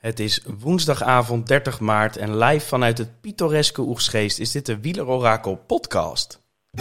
Het is woensdagavond 30 maart en live vanuit het pittoreske Oegstgeest is dit de Wielerorakel podcast.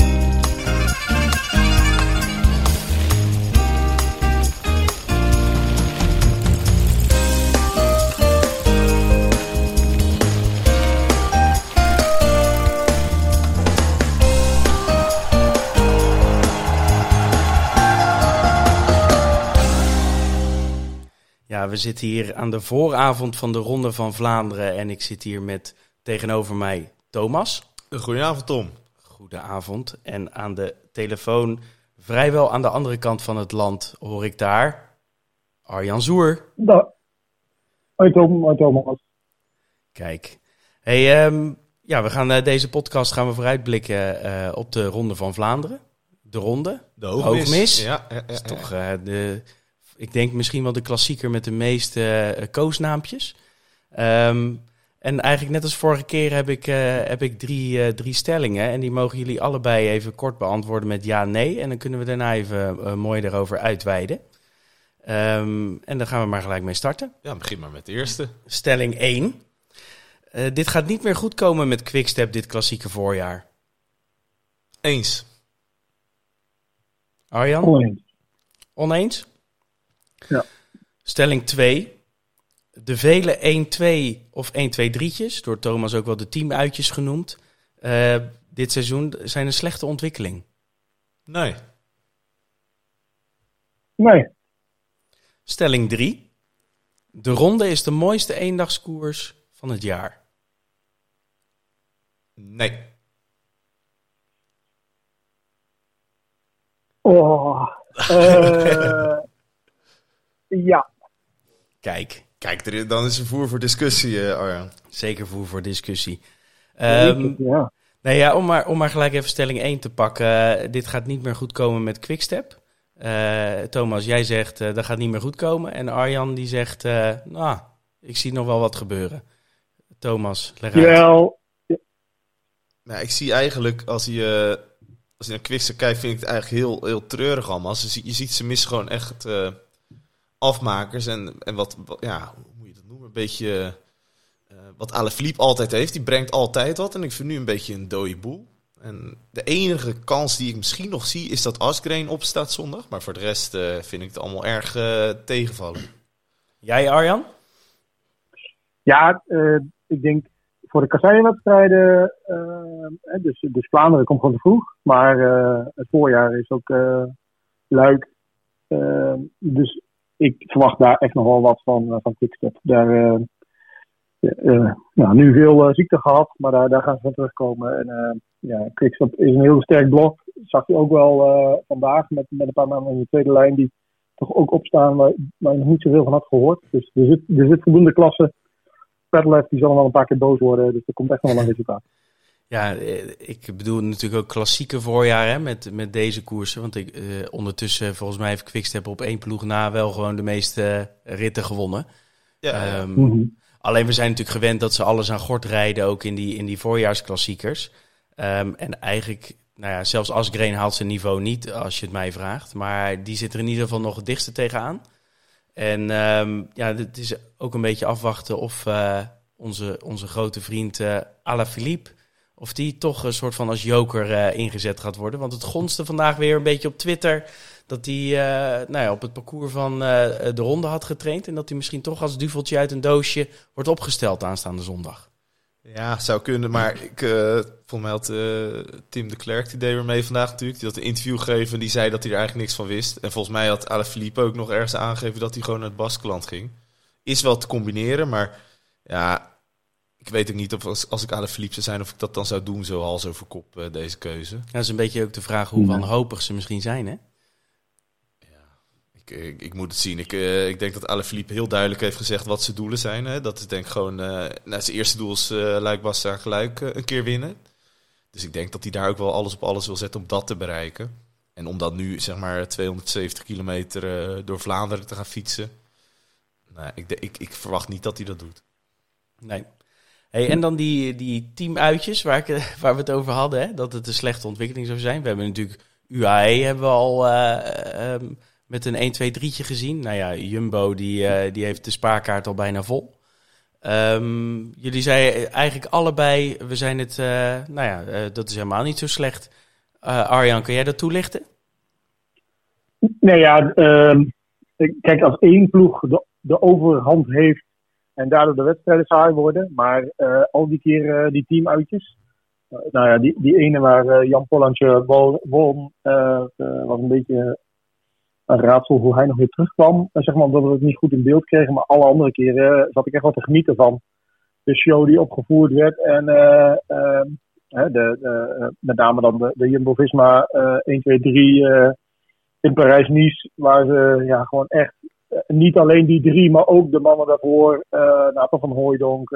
Ja, we zitten hier aan de vooravond van de Ronde van Vlaanderen en ik zit hier met tegenover mij Thomas. Goedenavond, Tom. Goedenavond. En aan de telefoon, vrijwel aan de andere kant van het land, hoor ik daar Arjan Zoer. Hoi Tom, hoi Thomas. Kijk. Hey, we gaan deze podcast vooruitblikken op de Ronde van Vlaanderen. De Ronde. De Hoogmis. Ja. Is toch ik denk misschien wel de klassieker met de meeste koosnaampjes. En eigenlijk net als vorige keer heb ik drie stellingen. En die mogen jullie allebei even kort beantwoorden met ja, nee. En dan kunnen we daarna even mooi erover uitweiden. En dan gaan we maar gelijk mee starten. Ja, begin maar met de eerste. Stelling 1. Dit gaat niet meer goed komen met Quickstep dit klassieke voorjaar. Eens. Arjan? Oneens. Oneens? Ja. Stelling 2. De vele 1-2 of 1-2-3'tjes, door Thomas ook wel de teamuitjes genoemd, dit seizoen zijn een slechte ontwikkeling. Nee. Nee. Stelling 3. De Ronde is de mooiste eendagskoers van het jaar. Nee. Ja. Kijk, dan is er voer voor discussie, Arjan. zeker voer voor discussie. Ja. Nou ja, om maar gelijk even stelling 1 te pakken. Dit gaat niet meer goed komen met Quickstep. Thomas, jij zegt dat gaat niet meer goed komen. En Arjan die zegt, ik zie nog wel wat gebeuren. Thomas, leg uit. Jawel. Nou, ik zie eigenlijk, als je naar Quickstep kijkt, vind ik het eigenlijk heel, heel treurig allemaal. Je ziet, ze missen gewoon echt afmakers. En wat, hoe moet je dat noemen? Een beetje wat Alaphilippe altijd heeft. Die brengt altijd wat. En ik vind nu een beetje een dode boel. En de enige kans die ik misschien nog zie, is dat Asgreen opstaat zondag. Maar voor de rest vind ik het allemaal erg tegenvallen. Jij, Arjan? Ja, ik denk voor de kasseienwedstrijden, dus Vlaanderen komt gewoon te vroeg. Maar het voorjaar is ook Luik. Dus ik verwacht daar echt nog wel wat van Quickstep. Daar nu veel ziekte gehad, maar daar gaan ze van terugkomen. En Quickstep is een heel sterk blok. Zag je ook wel vandaag met een paar maanden in de tweede lijn die toch ook opstaan waar je nog niet zoveel van had gehoord. Dus er zit voldoende klasse. Pedelef, die zal nog wel een paar keer boos worden, dus er komt echt nog wel een resultaat. Ja, ik bedoel natuurlijk ook klassieke voorjaar hè, met deze koersen. Want ondertussen, volgens mij heeft Quickstep op 1 ploeg na wel gewoon de meeste ritten gewonnen. Ja. Alleen we zijn natuurlijk gewend dat ze alles aan gort rijden, ook in die voorjaarsklassiekers. En eigenlijk, zelfs Asgreen haalt zijn niveau niet, als je het mij vraagt. Maar die zit er in ieder geval nog het dichtste tegenaan. En het is ook een beetje afwachten of onze grote vriend Alaphilippe, of die toch een soort van als joker ingezet gaat worden. Want het gonste vandaag weer een beetje op Twitter dat hij op het parcours van de Ronde had getraind. En dat hij misschien toch als duveltje uit een doosje wordt opgesteld aanstaande zondag. Ja, zou kunnen. Maar volgens mij had Tim de Klerk, die deed er mee vandaag natuurlijk. Die had een interview gegeven en die zei dat hij er eigenlijk niks van wist. En volgens mij had Alaphilippe ook nog ergens aangegeven dat hij gewoon naar het Baskeland ging. Is wel te combineren, maar ja, ik weet ook niet of als ik Alaphilippe zou zijn of ik dat dan zou doen, zo hals over kop, deze keuze. Ja, dat is een beetje ook de vraag hoe wanhopig ze misschien zijn, hè? Ik moet het zien. Ik denk dat Alaphilippe heel duidelijk heeft gezegd wat zijn doelen zijn. Hè. Dat is denk ik gewoon... zijn eerste doel is Luik-Bastogne-Gluik een keer winnen. Dus ik denk dat hij daar ook wel alles op alles wil zetten om dat te bereiken. En om dat nu, 270 kilometer door Vlaanderen te gaan fietsen. Nou, ik verwacht niet dat hij dat doet. Nee. Hey, en dan die teamuitjes waar we het over hadden. Hè, dat het een slechte ontwikkeling zou zijn. We hebben natuurlijk UAE hebben we al... met een 1-2-3'tje gezien. Nou ja, Jumbo die heeft de spaarkaart al bijna vol. Jullie zeiden eigenlijk allebei, we zijn het, dat is helemaal niet zo slecht. Arjan, kun jij dat toelichten? Nee, ja, kijk, als één ploeg de overhand heeft en daardoor de wedstrijden saai worden, maar al die keer die teamuitjes, die ene waar Jan Pollandje won, was een beetje een raadsel hoe hij nog weer terugkwam, zeg maar, omdat we het niet goed in beeld kregen, maar alle andere keren zat ik echt wel te genieten van de show die opgevoerd werd en met name dan de Jumbo-Visma 1, 2, 3 in Parijs-Nice, waar ze gewoon echt niet alleen die 3, maar ook de mannen daarvoor, Nathan van Hooijdonk,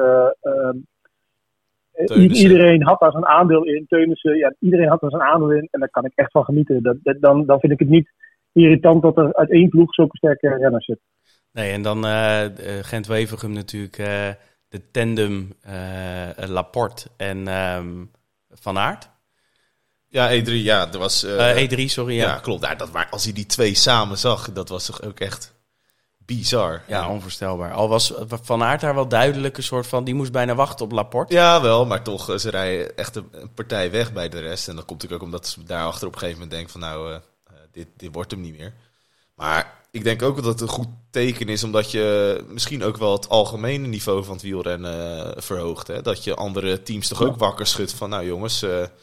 iedereen had daar zijn aandeel in. Teunissen, iedereen had daar zijn aandeel in en daar kan ik echt van genieten. Dan vind ik het niet irritant dat er uit één ploeg zulke sterke renners zitten. Nee, en dan Gent-Wevelgem natuurlijk de tandem Laporte en Van Aert. Ja, E3, ja, er was... E3, sorry, ja. Ja, klopt. Maar als je die twee samen zag, dat was toch ook echt bizar. Ja, onvoorstelbaar. Al was Van Aert daar wel duidelijk een soort van... Die moest bijna wachten op Laporte. Ja, wel, maar toch, ze rijden echt een partij weg bij de rest. En dat komt natuurlijk ook omdat ze daarachter op een gegeven moment denken van... dit wordt hem niet meer. Maar ik denk ook dat het een goed teken is, omdat je misschien ook wel het algemene niveau van het wielrennen verhoogt. Hè? Dat je andere teams toch ook wakker schudt van... Nou jongens,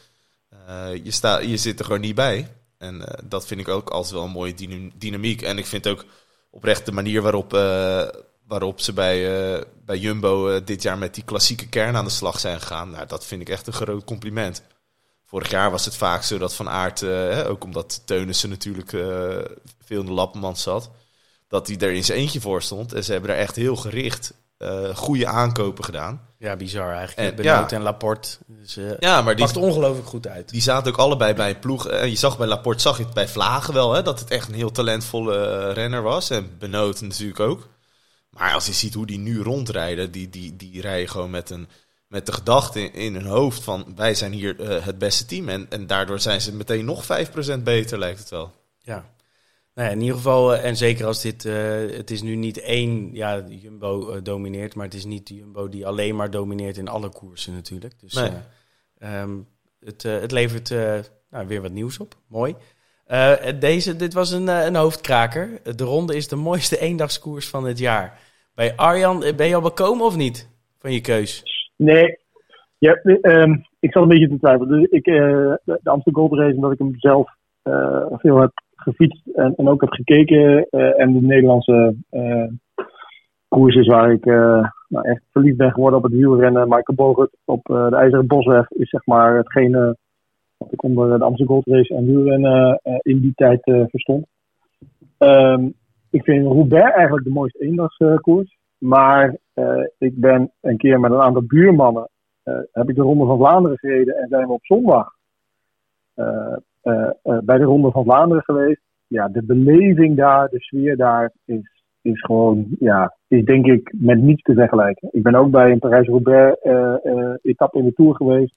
je zit er gewoon niet bij. En dat vind ik ook altijd wel een mooie dynamiek. En ik vind ook oprecht de manier waarop ze bij Jumbo dit jaar met die klassieke kern aan de slag zijn gegaan. Nou, dat vind ik echt een groot compliment. Vorig jaar was het vaak zo dat Van Aert, ook omdat Teunissen natuurlijk veel in de lappenmand zat, dat hij er in zijn eentje voor stond. En ze hebben daar echt heel gericht goede aankopen gedaan. Ja, bizar eigenlijk. Benoot en Laporte. Dus, maar pakt ongelooflijk goed uit. Die zaten ook allebei bij een ploeg. Je zag bij Laporte, zag je het bij Vlagen wel, hè, dat het echt een heel talentvolle renner was. En Benoot natuurlijk ook. Maar als je ziet hoe die nu rondrijden, die rijden gewoon met de gedachte in hun hoofd van wij zijn hier het beste team. En daardoor zijn ze meteen nog 5% beter, lijkt het wel. Ja. Nou ja, in ieder geval, en zeker als dit... het is nu niet één Jumbo domineert, maar het is niet Jumbo die alleen maar domineert in alle koersen natuurlijk. Dus nee. Het levert weer wat nieuws op. Mooi. Dit was een hoofdkraker. De ronde is de mooiste eendagskoers van het jaar. Bij Arjan, ben je al bekomen of niet van je keus? Nee, ja, ik zat een beetje te twijfelen. Dus de Amsterdam Gold Race, omdat ik hem zelf veel heb gefietst en ook heb gekeken. En de Nederlandse koers is waar ik echt verliefd ben geworden op het wielrennen. Michael Bogert op de IJzeren Bosweg is zeg maar hetgene wat ik onder de Amsterdam Gold Race en wielrennen in die tijd verstond. Ik vind Roubaix eigenlijk de mooiste eendagskoers. Maar ik ben een keer met een aantal buurmannen heb ik de Ronde van Vlaanderen gereden en zijn we op zondag bij de Ronde van Vlaanderen geweest. Ja, de beleving daar, de sfeer daar is gewoon, is denk ik met niets te vergelijken. Ik ben ook bij een Parijs-Roubaix etappe in de Tour geweest.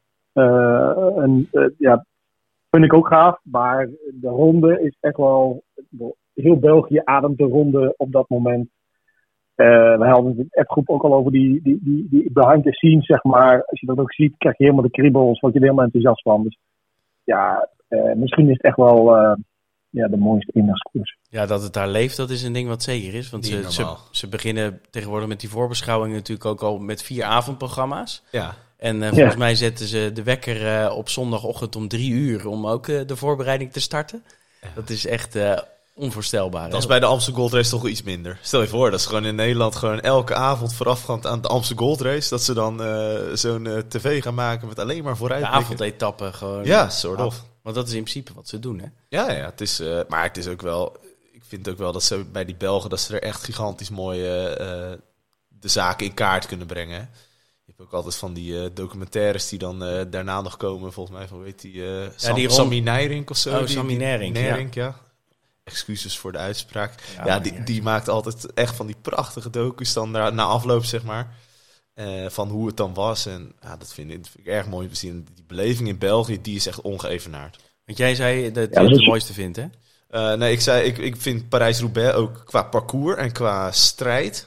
Vind ik ook gaaf, maar de ronde is echt wel, heel België ademt de ronde op dat moment. We hadden het in de appgroep ook al over die behind the scenes, zeg maar. Als je dat ook ziet, krijg je helemaal de kriebels, word je er helemaal enthousiast van. Dus misschien is het echt wel de mooiste eendagskoers. Ja, dat het daar leeft, dat is een ding wat zeker is. Want ze beginnen tegenwoordig met die voorbeschouwing natuurlijk ook al met 4 avondprogramma's. Ja. En volgens mij zetten ze de wekker op zondagochtend om 3:00 om ook de voorbereiding te starten. Ja. Dat is echt onvoorstelbaar. Dat is bij de Amsterdam Gold Race toch wel iets minder. Stel je voor, dat is gewoon in Nederland gewoon elke avond voorafgaand aan de Amsterdam Gold Race, dat ze dan zo'n tv gaan maken met alleen maar vooruitblikken. De avondetappen gewoon. Ja, soort of. Want dat is in principe wat ze doen, hè? Ja, het is, maar het is ook wel, ik vind ook wel dat ze bij die Belgen, dat ze er echt gigantisch mooi de zaken in kaart kunnen brengen. Je hebt ook altijd van die documentaires die dan daarna nog komen, volgens mij, van weet die Sammy Nijrink of zo. Oh, Sammy Nijrink, ja. Excuses voor de uitspraak. Ja, die maakt altijd echt van die prachtige docus dan na afloop, zeg maar. Van hoe het dan was. En dat vind ik erg mooi te zien. Die beleving in België, die is echt ongeëvenaard. Want jij zei dat je het mooiste vindt, hè? Nee, ik vind Parijs-Roubaix ook qua parcours en qua strijd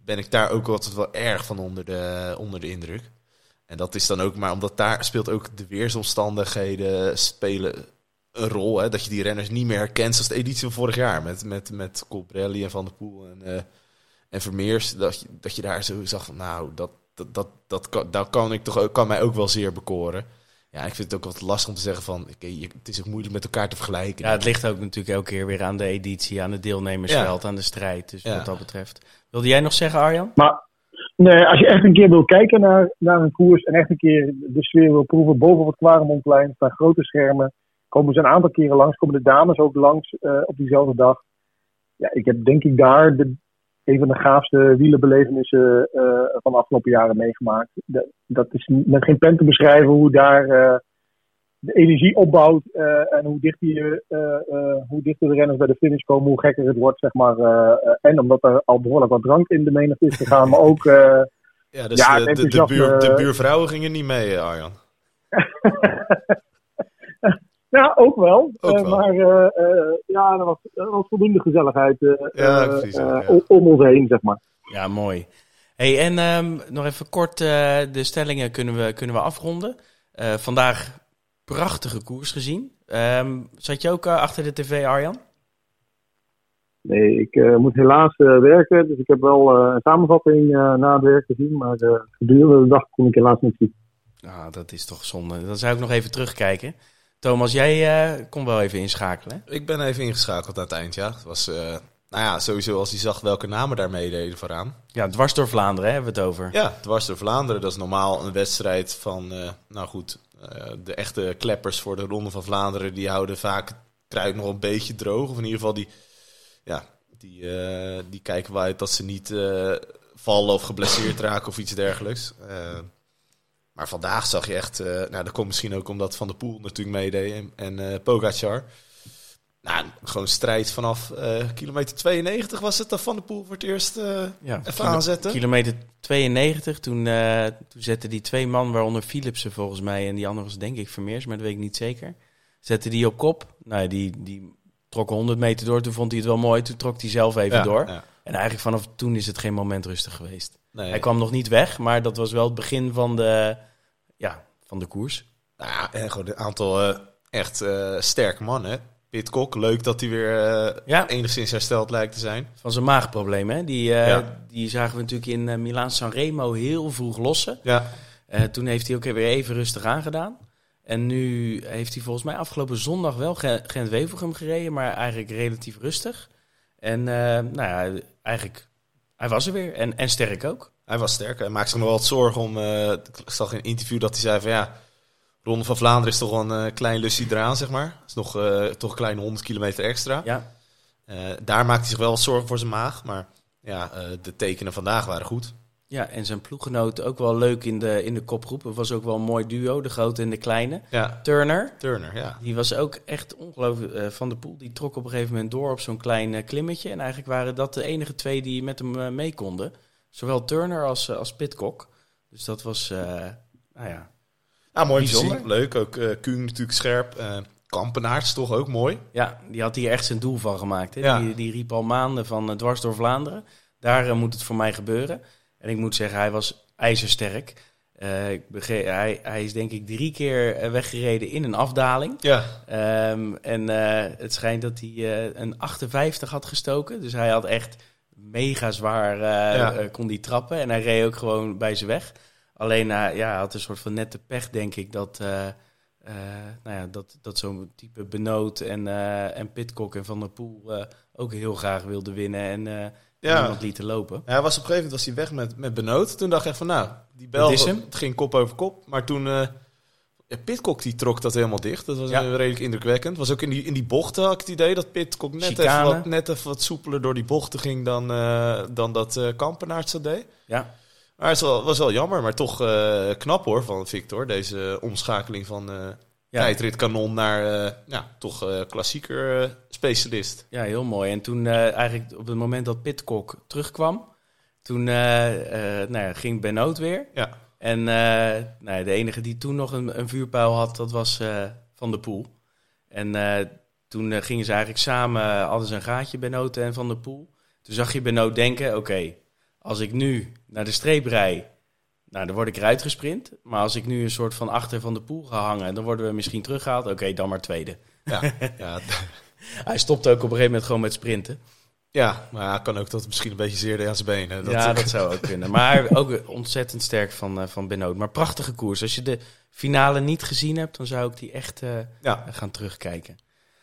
ben ik daar ook altijd wel erg van onder de indruk. En dat is dan ook maar omdat daar speelt ook de weersomstandigheden spelen een rol. Hè, dat je die renners niet meer herkent zoals de editie van vorig jaar. Met Colbrelli en Van der Poel en Vermeers. Dat je daar zo zag van nou, dat kan mij ook wel zeer bekoren. Ja, ik vind het ook wat lastig om te zeggen van het is ook moeilijk met elkaar te vergelijken. Ja, het ligt ook natuurlijk elke keer weer aan de editie, aan het deelnemersveld, aan de strijd. Dus wat dat betreft. Wilde jij nog zeggen, Arjan? Maar nee, als je echt een keer wil kijken naar een koers en echt een keer de sfeer wil proeven boven op het Kwaremonplein, staan grote schermen, komen ze een aantal keren langs, komen de dames ook langs op diezelfde dag. Ja, ik heb denk ik daar een van de gaafste wielenbelevenissen van de afgelopen jaren meegemaakt. Dat is met geen pen te beschrijven hoe daar de energie opbouwt en hoe dichter de renners bij de finish komen, hoe gekker het wordt, zeg maar. En omdat er al behoorlijk wat drank in de menigte is gegaan, maar ook... de buurvrouwen gingen niet mee, Arjan. Ja, ook wel. Maar er was voldoende gezelligheid om ons heen, zeg maar. Ja, mooi. Hey, en nog even kort de stellingen kunnen we afronden. Vandaag prachtige koers gezien. Zat je ook achter de tv, Arjan? Nee, ik moet helaas werken. Dus ik heb wel een samenvatting na het werk gezien. Maar gedurende de dag kon ik helaas niet zien. Ah, dat is toch zonde. Dan zou ik nog even terugkijken. Thomas, jij kon wel even inschakelen, hè? Ik ben even ingeschakeld aan het eind, ja. Het was, sowieso als hij zag welke namen daar meededen vooraan. Ja, dwars door Vlaanderen, hè, hebben we het over. Ja, dwars door Vlaanderen. Dat is normaal een wedstrijd van, de echte kleppers voor de Ronde van Vlaanderen. Die houden vaak het kruid nog een beetje droog. Of in ieder geval die kijken wel uit dat ze niet vallen of geblesseerd raken of iets dergelijks. Maar vandaag zag je echt... dat komt misschien ook omdat Van der Poel natuurlijk meedeed en Pogacar. Nou, gewoon strijd vanaf kilometer 92 was het dat Van der Poel voor het eerst even aanzetten. Kilometer 92, toen zetten die twee man, waaronder Philipsen volgens mij... en die andere was denk ik Vermeers, maar dat weet ik niet zeker. Zetten die op kop. Nou, die trok 100 meter door, toen vond hij het wel mooi. Toen trok hij zelf even door. Ja. En eigenlijk vanaf toen is het geen moment rustig geweest. Nee. Hij kwam nog niet weg, maar dat was wel het begin van de koers. Nou ja, en gewoon een aantal echt sterke mannen. Pidcock, leuk dat hij weer enigszins hersteld lijkt te zijn. Van zijn maagprobleem, hè? Die zagen we natuurlijk in Milaan-San Remo heel vroeg lossen. Ja. Toen heeft hij ook weer even rustig aangedaan. En nu heeft hij volgens mij afgelopen zondag wel Gent-Wevelgem gereden, maar eigenlijk relatief rustig. En eigenlijk, hij was er weer en sterk ook. Hij was sterk. Hij maakte zich nog wel wat zorgen om... ik zag in een interview dat hij zei van Ronde van Vlaanderen is toch wel een klein lusje eraan, zeg maar. Het is nog toch een kleine 100 kilometer extra. Ja. Daar maakte hij zich wel wat zorgen voor zijn maag. Maar de tekenen vandaag waren goed. Ja, en zijn ploeggenoot ook wel leuk in de kopgroep. Het was ook wel een mooi duo, de grote en de kleine. Ja. Turner, ja. Die was ook echt ongelooflijk. Van der Poel, die trok op een gegeven moment door op zo'n klein klimmetje. En eigenlijk waren dat de enige twee die met hem mee konden. Zowel Turner als Pidcock. Dus dat was, mooi bijzonder. Te zien. Leuk, ook Kuhn natuurlijk scherp. Kampenaerts toch ook mooi. Ja, die had hier echt zijn doel van gemaakt. Hè? Ja. Die riep al maanden van dwars door Vlaanderen. Daar moet het voor mij gebeuren. En ik moet zeggen, hij was ijzersterk. Hij is denk ik 3 keer weggereden in een afdaling. Ja. Het schijnt dat hij een 58 had gestoken. Dus hij had echt mega zwaar kon die trappen. En hij reed ook gewoon bij ze weg. Alleen hij had een soort van nette pech, denk ik, dat zo'n type Benoot en Pidcock en Van der Poel ook heel graag wilden winnen en iemand lieten lopen. Ja, hij was op een gegeven moment weg met Benoot. Toen dacht ik van die bel, het ging kop over kop. Maar toen, Pidcock die trok dat helemaal dicht. Dat was redelijk indrukwekkend. Was ook in die bochten had ik het idee dat Pidcock net even wat soepeler door die bochten ging dan dat Kampenaerts dat deed. Ja. Maar het was wel jammer, maar toch knap hoor van Victor. Deze omschakeling van tijdritkanon naar toch klassieker specialist. Ja, heel mooi. En toen eigenlijk op het moment dat Pidcock terugkwam, toen ging Benoot weer. Ja. En de enige die toen nog een vuurpijl had, dat was Van der Poel. En toen gingen ze eigenlijk samen, hadden ze een gaatje, Benoot en Van der Poel. Toen zag je Benoot denken, oké, als ik nu naar de streep rij, nou, dan word ik eruit gesprint. Maar als ik nu een soort van achter Van der Poel ga hangen, dan worden we misschien teruggehaald. Oké, dan maar tweede. Ja. Hij stopt ook op een gegeven moment gewoon met sprinten. Ja, maar kan ook dat misschien een beetje zeer aan zijn benen. Dat zou ook kunnen. Maar ook ontzettend sterk van Benoot. Maar prachtige koers. Als je de finale niet gezien hebt, dan zou ik die echt gaan terugkijken.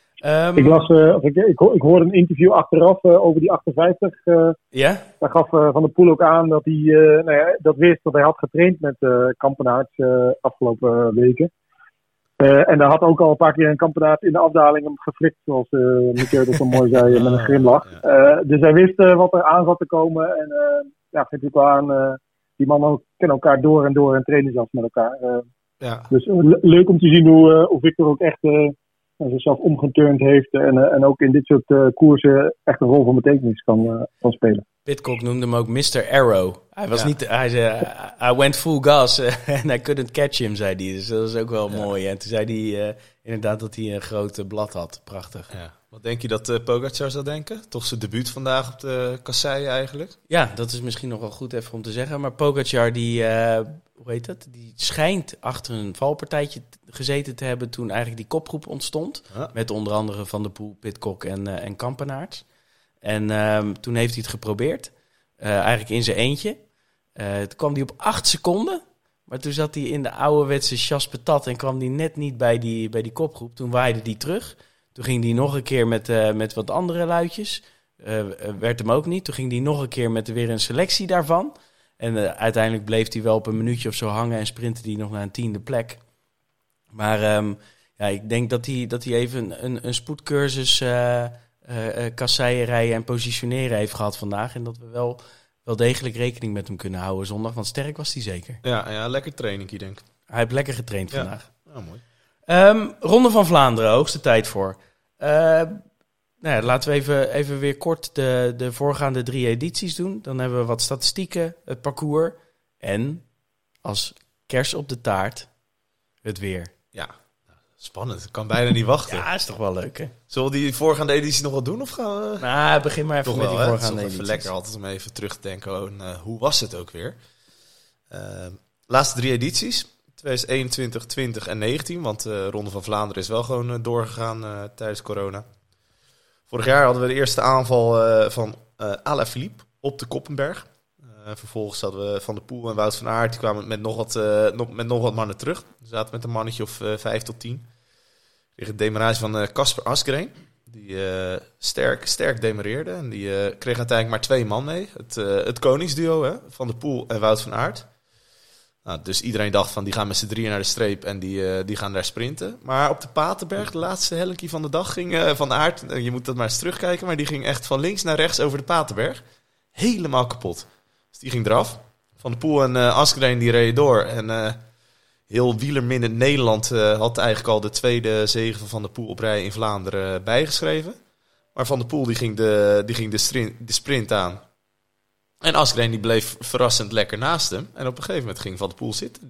Ik hoorde een interview achteraf over die 58. Ja? Daar gaf Van der Poel ook aan dat hij dat wist, dat hij had getraind met Kampenaerts afgelopen weken. En daar had ook al een paar keer een Kampenaerts in de afdaling hem geflikt, zoals Michiel dat zo mooi zei, met een grimlach. Dus hij wist wat er aan zat te komen. En geeft natuurlijk wel aan, die mannen kennen elkaar door en trainen zelfs met elkaar. Dus leuk om te zien hoe Victor ook echt zichzelf omgeturnd heeft en ook in dit soort koersen echt een rol van betekenis kan spelen. Pidcock noemde hem ook Mr. Arrow. Hij zei, I went full gas and I couldn't catch him, zei hij. Dus dat is ook wel mooi. En toen zei hij inderdaad dat hij een groot blad had. Prachtig. Ja. Wat denk je dat Pogacar zou denken? Toch zijn debuut vandaag op de kasseien eigenlijk? Ja, dat is misschien nog wel goed even om te zeggen. Maar Pogacar, die schijnt achter een valpartijtje gezeten te hebben toen eigenlijk die kopgroep ontstond. Ja. Met onder andere Van der Poel, Pidcock en Kampenaerts. En toen heeft hij het geprobeerd. Eigenlijk in zijn eentje. Toen kwam hij op 8 seconden. Maar toen zat hij in de ouderwetse chasse patat en kwam hij net niet bij die kopgroep. Toen waaide hij terug. Toen ging hij nog een keer met wat andere luidjes. Werd hem ook niet. Toen ging hij nog een keer met weer een selectie daarvan. En uiteindelijk bleef hij wel op een minuutje of zo hangen en sprintte hij nog naar een 10e plek. Maar ik denk dat hij even een spoedcursus kasseien rijden en positioneren heeft gehad vandaag. En dat we wel degelijk rekening met hem kunnen houden zondag. Want sterk was hij zeker. Ja, lekker training, ik denk. Hij heeft lekker getraind vandaag. Oh, mooi. Ronde van Vlaanderen, hoogste tijd voor. Laten we even weer kort de voorgaande 3 edities doen. Dan hebben we wat statistieken, het parcours en als kers op de taart het weer. Ja, spannend. Ik kan bijna niet wachten. Ja, is toch wel leuk, hè? Zullen we die voorgaande editie nog wat doen? Of gaan we... Nou, begin maar even met die voorgaande edities. Even lekker altijd om even terug te denken. Hoe was het ook weer? Laatste 3 edities. 2021, 20 en 19. Want de Ronde van Vlaanderen is wel gewoon doorgegaan tijdens corona. Vorig jaar hadden we de eerste aanval van Alaphilippe op de Koppenberg. Vervolgens hadden we Van der Poel en Wout van Aert. Die kwamen met nog wat mannen terug. We zaten met een mannetje of 5 tot 10. Kreeg het demarage van Kasper Asgreen. Die sterk demareerde. En die kreeg uiteindelijk maar 2 man mee. Het koningsduo, hè, Van der Poel en Wout van Aert. Nou, dus iedereen dacht van die gaan met z'n 3 naar de streep en die gaan daar sprinten. Maar op de Paterberg, de laatste hellinkie van de dag, ging Van Aert, je moet dat maar eens terugkijken, maar die ging echt van links naar rechts over de Paterberg. Helemaal kapot. Dus die ging eraf. Van der Poel en Asgreen die reden door. En heel wielerminnend Nederland had eigenlijk al de tweede zege van der Poel op rij in Vlaanderen bijgeschreven. Maar Van der Poel die ging de sprint aan. En Asgreen die bleef verrassend lekker naast hem. En op een gegeven moment ging Van der Poel zitten.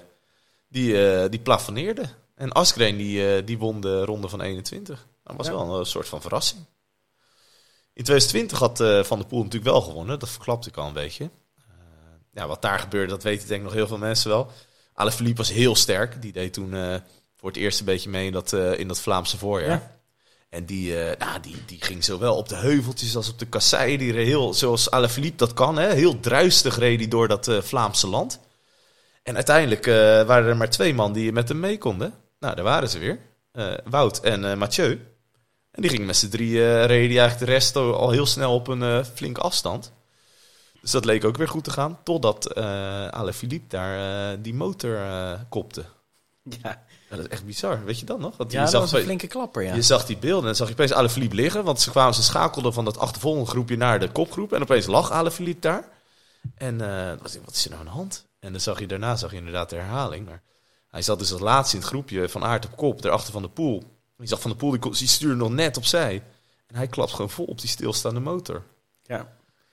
Die plafonneerde. En Asgreen die won de ronde van 21. Dat was wel een soort van verrassing. In 2020 had Van der Poel natuurlijk wel gewonnen. Dat verklapte ik al een beetje. Wat daar gebeurde, dat weten denk ik nog heel veel mensen wel. Alaphilippe was heel sterk. Die deed toen voor het eerst een beetje mee in dat Vlaamse voorjaar. Ja. En die ging zowel op de heuveltjes als op de kasseien. Die reed heel, zoals Alaphilippe dat kan, hè, heel druistig reed die door dat Vlaamse land. En uiteindelijk waren er maar 2 man die met hem mee konden. Nou, daar waren ze weer. Wout en Mathieu. En die gingen met z'n 3 reden die eigenlijk de rest al heel snel op een flinke afstand. Dus dat leek ook weer goed te gaan. Totdat Alaphilippe daar die motor kopte. Ja. Ja, dat is echt bizar. Weet je dat nog? Want dat was een flinke klapper, ja. Je zag die beelden en dan zag je opeens Alaphilippe liggen. Want ze schakelden van dat achtervolgende groepje naar de kopgroep. En opeens lag Alaphilippe daar. En wat is er nou aan de hand? En dan zag je inderdaad de herhaling. Maar hij zat dus als laatste in het groepje van Aert op kop. Daarachter Van der Poel. Je zag Van der Poel, die stuurde nog net opzij. En hij klapt gewoon vol op die stilstaande motor. Ja.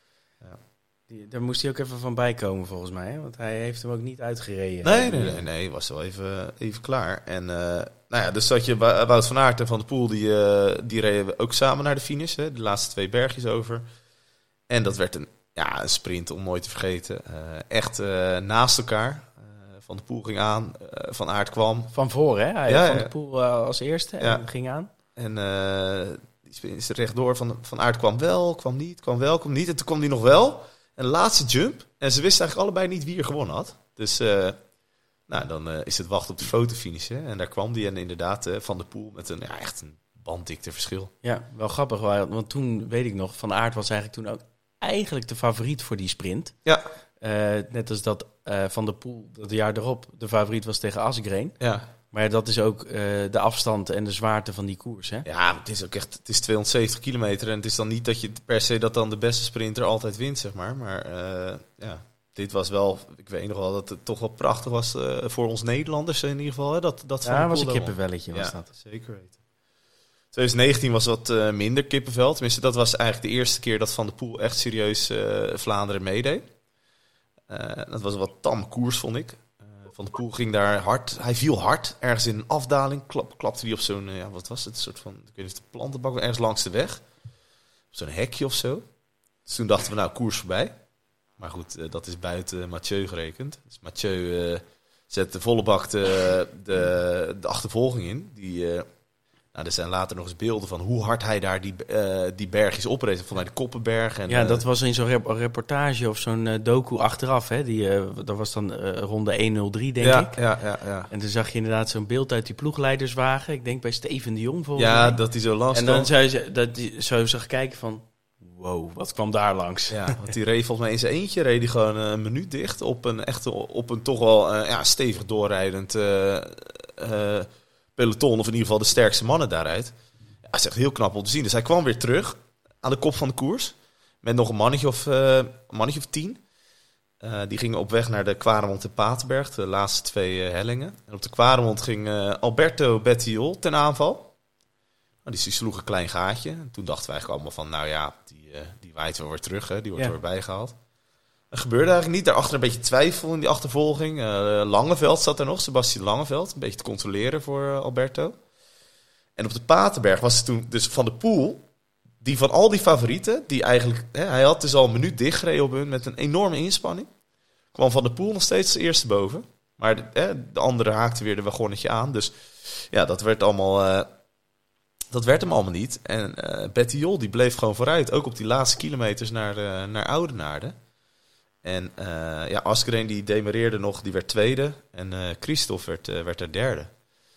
Daar moest hij ook even van bijkomen volgens mij. Hè? Want hij heeft hem ook niet uitgereden. Nee, was wel even klaar. En dus zat je Wout van Aert en Van der Poel, die reden ook samen naar de finish. Hè? De laatste 2 bergjes over. En dat werd een Ja, een sprint om nooit te vergeten. Echt naast elkaar. Van der Poel ging aan, Van Aert kwam. Van voor, hè? Hij had Van der Poel als eerste en ging aan. En die is rechtdoor. Van Aert kwam wel, kwam niet, kwam wel, kwam niet. En toen kwam die nog wel. En de laatste jump. En ze wisten eigenlijk allebei niet wie er gewonnen had. Dus dan is het wachten op de fotofinish. Hè? En daar kwam die. En inderdaad Van der Poel met echt een banddikte verschil. Ja, wel grappig. Want toen, weet ik nog, Van Aert was eigenlijk toen ook eigenlijk de favoriet voor die sprint. Ja. Net als dat Van der Poel dat jaar erop de favoriet was tegen Asgreen. Ja. Maar dat is ook de afstand en de zwaarte van die koers, hè? Ja, het is ook echt, het is 270 kilometer. En het is dan niet dat je per se dat dan de beste sprinter altijd wint, zeg maar. Maar dit was wel, ik weet nog wel dat het toch wel prachtig was voor ons Nederlanders in ieder geval. Hè, dat ja, was een kippenvelletje, was dat. Zeker weten. 2019 was wat minder kippenvel. Tenminste, dat was eigenlijk de eerste keer dat Van der Poel echt serieus Vlaanderen meedeed. Dat was een wat tam koers, vond ik. Van der Poel ging daar hard. Hij viel hard. Ergens in een afdaling klapte hij op zo'n, wat was het? Een soort van, ik weet niet of de plantenbak, ergens langs de weg. Op zo'n hekje of zo. Dus toen dachten we, koers voorbij. Maar goed, dat is buiten Mathieu gerekend. Dus Mathieu zet de volle bak de achtervolging in. Er zijn later nog eens beelden van hoe hard hij daar die bergjes opreed. Van de Koppenberg. En, dat was in zo'n reportage of zo'n docu achteraf. Hè? Dat was dan ronde 1:03, denk ik. Ja. En toen zag je inderdaad zo'n beeld uit die ploegleiderswagen. Ik denk bij Steven de Jong volgens mij. Ja, dat hij zo langs en dan zou je zo zag kijken van, wow, wat kwam daar langs? Ja, want die reed volgens mij in zijn eentje. Reed hij gewoon een minuut dicht op een toch wel stevig doorrijdend peloton, of in ieder geval de sterkste mannen daaruit. Ja, dat is echt heel knap om te zien. Dus hij kwam weer terug aan de kop van de koers. Met nog een mannetje of 10. Die gingen op weg naar de Quaremont en Paterberg. De laatste 2 hellingen. En op de Quaremont ging Alberto Bettiol ten aanval. Die sloeg een klein gaatje. En toen dachten we eigenlijk allemaal van, die waait wel weer terug. Hè? Die wordt er weer bijgehaald. Dat gebeurde eigenlijk niet. Daarachter een beetje twijfel in die achtervolging. Langeveld zat er nog. Sebastian Langeveld. Een beetje te controleren voor Alberto. En op de Paterberg was het toen dus Van der Poel. Die van al die favorieten. Die eigenlijk, hij had dus al een minuut dichtgereden op hun. Met een enorme inspanning. Kwam Van der Poel nog steeds als eerste boven. Maar de andere haakte weer de wagonnetje aan. Dus ja, dat werd allemaal... Dat werd hem allemaal niet. En Bettiol die bleef gewoon vooruit. Ook op die laatste kilometers naar Oudenaarde. En Asgreen die demareerde nog, die werd tweede. En Christophe werd er derde.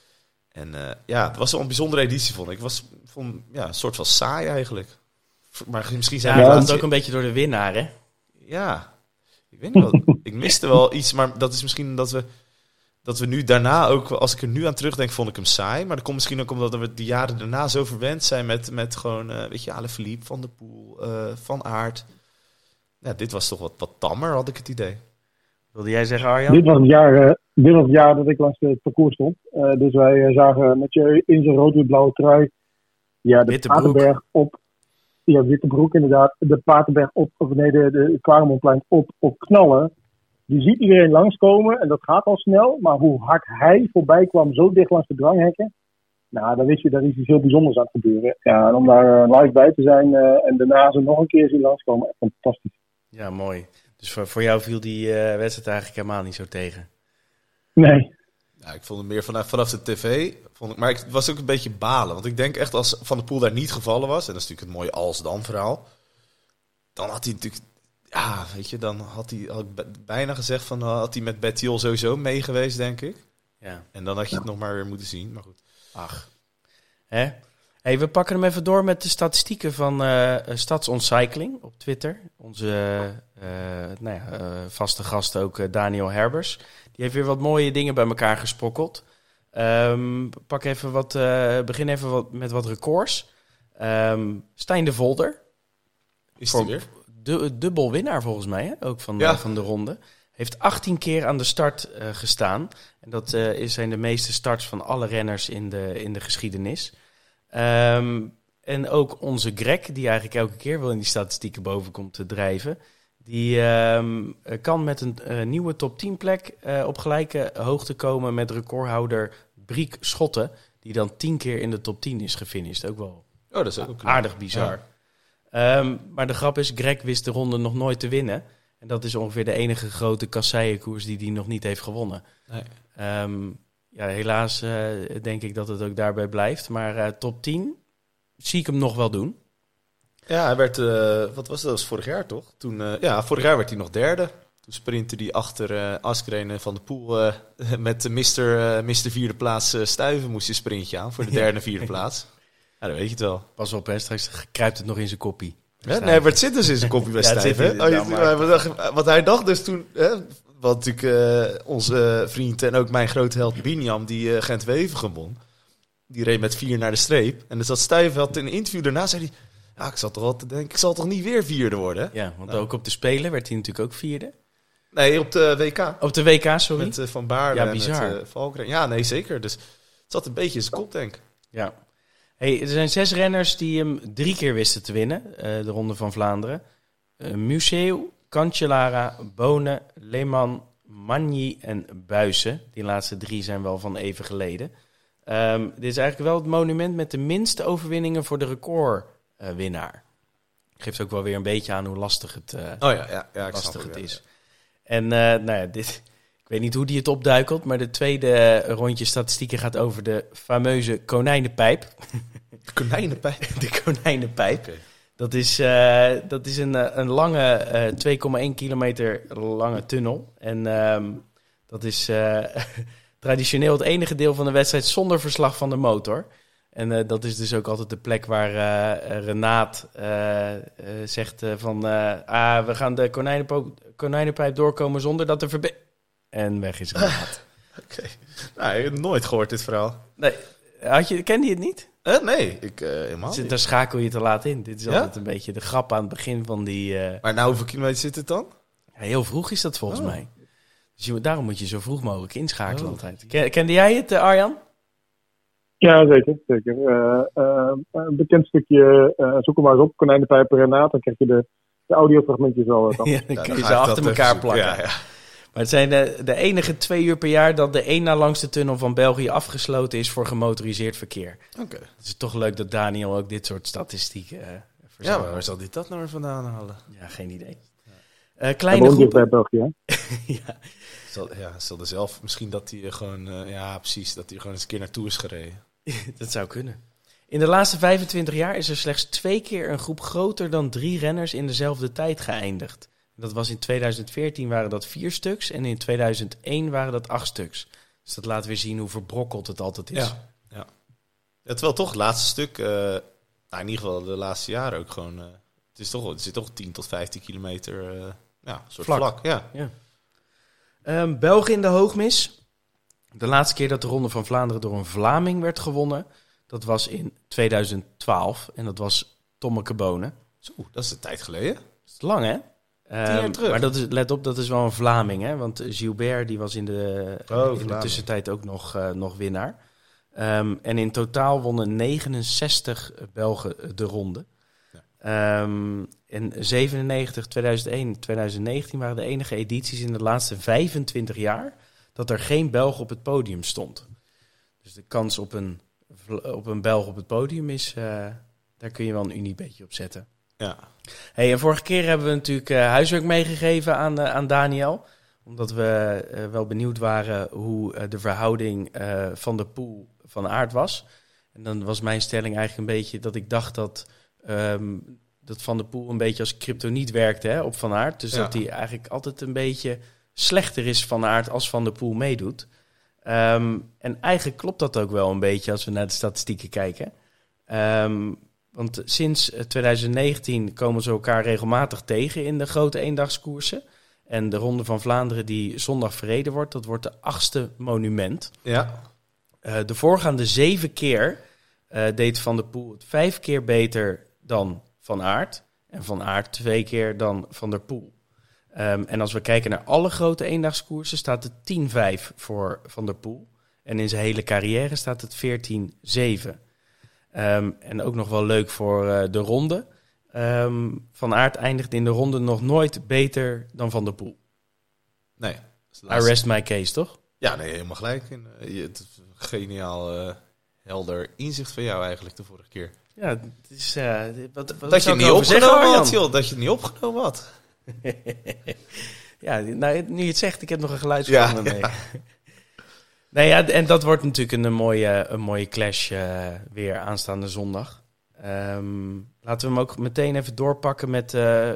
En het was wel een bijzondere editie, vond ik. Het vond een soort van saai eigenlijk. Maar misschien zijn we het ook een beetje door de winnaar, hè? Ja, ik weet niet wat. Ik miste wel iets, maar dat is misschien dat we nu daarna ook, als ik er nu aan terugdenk, vond ik hem saai. Maar dat komt misschien ook omdat we de jaren daarna zo verwend zijn met gewoon, Alaphilippe, Van der Poel, Van Aert. Ja, dit was toch wat tammer, had ik het idee. Wilde jij zeggen, Arjan? Dit was het jaar dat ik langs het parcours stond. Dus wij zagen Mathieu in zijn rood-wit-blauwe trui. Ja, de Paterberg op. Ja, witte broek inderdaad. De Paterberg op, of nee, de Quaremontplein op knallen. Die ziet iedereen langskomen en dat gaat al snel. Maar hoe hard hij voorbij kwam, zo dicht langs de dranghekken. Nou, dan wist je, daar is iets heel bijzonders aan het gebeuren. Ja, en om daar live bij te zijn en daarna ze nog een keer zien langskomen, echt fantastisch. Ja, mooi. Dus voor jou viel die wedstrijd eigenlijk helemaal niet zo tegen? Nee. Ja, ik vond het meer vanaf de tv. Maar het was ook een beetje balen. Want ik denk echt als Van der Poel daar niet gevallen was... en dat is natuurlijk het mooie als-dan verhaal... dan had hij natuurlijk... Ja, weet je, dan had ik bijna gezegd van... had hij met Bettiol sowieso mee geweest, denk ik. Ja. En dan had je het nog maar weer moeten zien. Maar goed. Ach. Hè? Hey, we pakken hem even door met de statistieken van Stadsontcycling op Twitter. Onze vaste gast ook, Daniel Herbers. Die heeft weer wat mooie dingen bij elkaar gesprokkeld. Begin even met wat records. Stijn de Volder. Is die weer? Dubbel winnaar volgens mij, hè? Ook van de ronde. Heeft 18 keer aan de start gestaan. En dat zijn de meeste starts van alle renners in de geschiedenis. En ook onze Greg, die eigenlijk elke keer wel in die statistieken boven komt te drijven. Die kan met een nieuwe top 10 plek op gelijke hoogte komen met recordhouder Briek Schotten. Die dan 10 keer in de top 10 is gefinished. Ook wel dat is ook aardig bizar. Maar de grap is, Greg wist de ronde nog nooit te winnen. En dat is ongeveer de enige grote kasseienkoers die hij nog niet heeft gewonnen. Nee. Helaas denk ik dat het ook daarbij blijft. Maar top 10 zie ik hem nog wel doen. Ja, hij werd, wat was dat? Dat was vorig jaar toch? Vorig jaar werd hij nog derde. Toen sprintte hij achter Asgreen en Van der Poel met de Mr. vierde plaats Stuyven moest je sprintje aan voor de derde en vierde plaats. Ja, dan weet je het wel. Pas op, hè, straks kruipt het nog in zijn koppie. Ja, nee, maar het zit dus in zijn koppie bij Stuyven. Wat hij dacht dus toen... wat natuurlijk onze vriend en ook mijn grote held Biniam, die Gent-Wevelgem won. Die reed met 4 naar de streep. En dus dat Stuyven had in een interview daarna, zei hij... Ja, ik zat toch al te denken, ik zal toch niet weer vierde worden? Ja, want ook op de Spelen werd hij natuurlijk ook vierde. Nee, op de WK. Op de WK, sorry. Met Van Baarle en met Valkeren. Ja, nee, zeker. Dus het zat een beetje in zijn kop, denk ik. Ja. Hey, er zijn 6 renners die hem 3 keer wisten te winnen. De Ronde van Vlaanderen. Museeuw, Cancellara, Bonen, Leman, Magny en Buijsen. Die laatste 3 zijn wel van even geleden. Dit is eigenlijk wel het monument met de minste overwinningen voor de recordwinnaar. Geeft ook wel weer een beetje aan hoe lastig het, is. En ik weet niet hoe die het opduikelt, maar de tweede rondje statistieken gaat over de fameuze konijnenpijp. De konijnenpijp? De konijnenpijp. Okay. Dat is een lange, 2,1 kilometer lange tunnel. En dat is traditioneel het enige deel van de wedstrijd zonder verslag van de motor. En dat is dus ook altijd de plek waar Renaat zegt we gaan de konijnenpijp doorkomen zonder dat er en weg is Renaat. Oké. Nou, ik heb nooit gehoord dit verhaal. Nee. Kende je het niet? Nee, ik helemaal niet. Daar schakel je te laat in. Dit is altijd een beetje de grap aan het begin van die... Maar nou, hoeveel kilometer zit het dan? Ja, heel vroeg is dat volgens mij. Dus daarom moet je zo vroeg mogelijk inschakelen altijd. Kende jij het, Arjan? Ja, zeker. Een bekend stukje, zoek hem maar eens op, konijnenpijp Renaat, dan krijg je de audiofragmentjes al. Ja, dan kun je ze achter elkaar plakken. Ja. Maar het zijn de enige 2 uur per jaar dat de 1 na langste tunnel van België afgesloten is voor gemotoriseerd verkeer. Oké. Het is toch leuk dat Daniel ook dit soort statistieken verzamelt. Ja, waar zal dit dat nou weer vandaan halen? Ja, geen idee. Kleine groep bij België, ja. Stelde zelf misschien dat hij gewoon, precies, dat hij gewoon eens een keer naartoe is gereden. Dat zou kunnen. In de laatste 25 jaar is er slechts 2 keer een groep groter dan 3 renners in dezelfde tijd geëindigd. Dat was in 2014 waren dat 4 stuks en in 2001 waren dat 8 stuks. Dus dat laat weer zien hoe verbrokkeld het altijd is. Ja. Terwijl toch het laatste stuk, in ieder geval de laatste jaren ook gewoon... het zit toch 10 tot 15 kilometer soort vlak. Ja. België in de hoogmis. De laatste keer dat de Ronde van Vlaanderen door een Vlaming werd gewonnen, dat was in 2012. En dat was Tommeke Bonen. Zo, dat is een tijd geleden. Dat is lang, hè? 10 jaar terug. Maar let op, dat is wel een Vlaming, hè? Want Gilbert die was in de tussentijd ook nog winnaar. En in totaal wonnen 69 Belgen de ronde. Ja. In 97, 2001, 2019 waren de enige edities in de laatste 25 jaar dat er geen Belg op het podium stond. Dus de kans op een Belg op het podium is, daar kun je wel een unie beetje op zetten. Ja. Hey, en vorige keer hebben we natuurlijk huiswerk meegegeven aan Daniel. Omdat we wel benieuwd waren hoe de verhouding van de Poel van Aert was. En dan was mijn stelling eigenlijk een beetje dat ik dacht dat Van der Poel een beetje als kryptoniet werkte, hè, op Van Aert. Dus dat hij eigenlijk altijd een beetje slechter is Van Aert als Van der Poel meedoet. En eigenlijk klopt dat ook wel een beetje als we naar de statistieken kijken. Want sinds 2019 komen ze elkaar regelmatig tegen in de grote eendagskoersen. En de Ronde van Vlaanderen die zondag verreden wordt, dat wordt de 8e monument. Ja. De voorgaande 7 keer deed Van der Poel het 5 keer beter dan Van Aert. En Van Aert 2 keer dan Van der Poel. En als we kijken naar alle grote eendagskoersen staat het 10-5 voor Van der Poel. En in zijn hele carrière staat het 14-7. En ook nog wel leuk voor de ronde. Van Aert eindigt in de ronde nog nooit beter dan Van der Poel. Nee. I rest my case, toch? Ja, nee, helemaal gelijk. Het is geniaal helder inzicht van jou eigenlijk de vorige keer. Ja, het is... wat Dat je zou het ik niet erover zeggen, opgenomen Arjan? had, joh. Dat je het niet opgenomen had. Ja, nou, nu je het zegt, ik heb nog een geluidsfragment mee. Ja. Nee, ja, en dat wordt natuurlijk een mooie clash weer aanstaande zondag. Laten we hem ook meteen even doorpakken met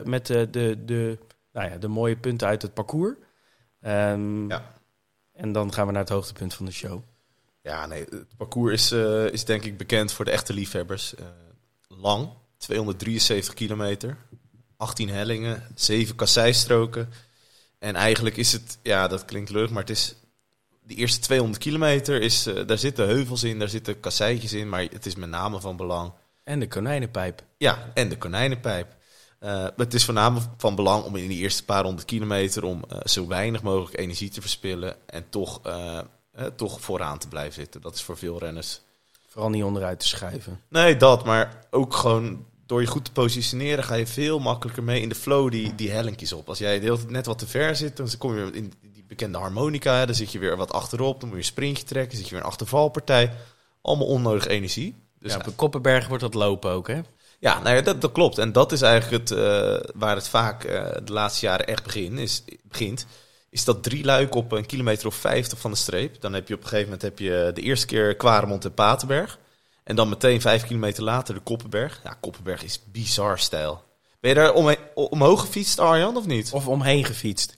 de mooie punten uit het parcours. Ja. En dan gaan we naar het hoogtepunt van de show. Ja, nee, het parcours is denk ik bekend voor de echte liefhebbers. Lang, 273 kilometer, 18 hellingen, 7 kasseistroken. En eigenlijk is het, ja, dat klinkt leuk, maar het is... De eerste 200 kilometer, daar zitten heuvels in, daar zitten kasseitjes in, maar het is met name van belang. En de konijnenpijp. Ja, en de konijnenpijp. Het is voornamelijk van belang om in die eerste paar honderd kilometer om zo weinig mogelijk energie te verspillen en toch vooraan te blijven zitten. Dat is voor veel renners. Vooral niet onderuit te schuiven. Nee, dat, maar ook gewoon door je goed te positioneren ga je veel makkelijker mee in de flow die hellinkjes op. Als jij de hele tijd net wat te ver zit, dan kom je in die bekende harmonica, dan zit je weer wat achterop, dan moet je een sprintje trekken, dan zit je weer een achtervalpartij. Allemaal onnodige energie. Dus Ja, op de Koppenberg wordt dat lopen ook, hè? ja, nou ja, dat klopt. En dat is eigenlijk waar het vaak de laatste jaren echt begint. Is dat 3 luik op een kilometer of 50 van de streep. Dan heb je op een gegeven moment de eerste keer Kwaremond en Paterberg. En dan meteen 5 kilometer later de Koppenberg. Ja, Koppenberg is bizar stijl. Ben je daar omhoog gefietst, Arjan, of niet? Of omheen gefietst.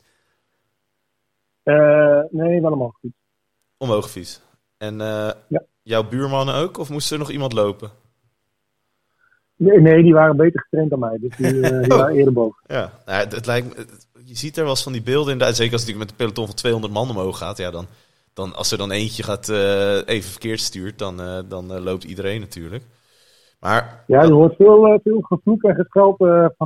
Nee, wel omhoog. Omhoog gefietst. En Ja. jouw buurmannen ook? Of moest er nog iemand lopen? Nee, die waren beter getraind dan mij. Dus die waren eerder boven. Ja, nou, het lijkt me, je ziet er wel eens van die beelden inderdaad. Zeker als het natuurlijk met een peloton van 200 man omhoog gaat. Ja, dan als er dan eentje gaat even verkeerd stuurt, dan loopt iedereen natuurlijk. Maar Ja, je hoort veel gevloek en gescheld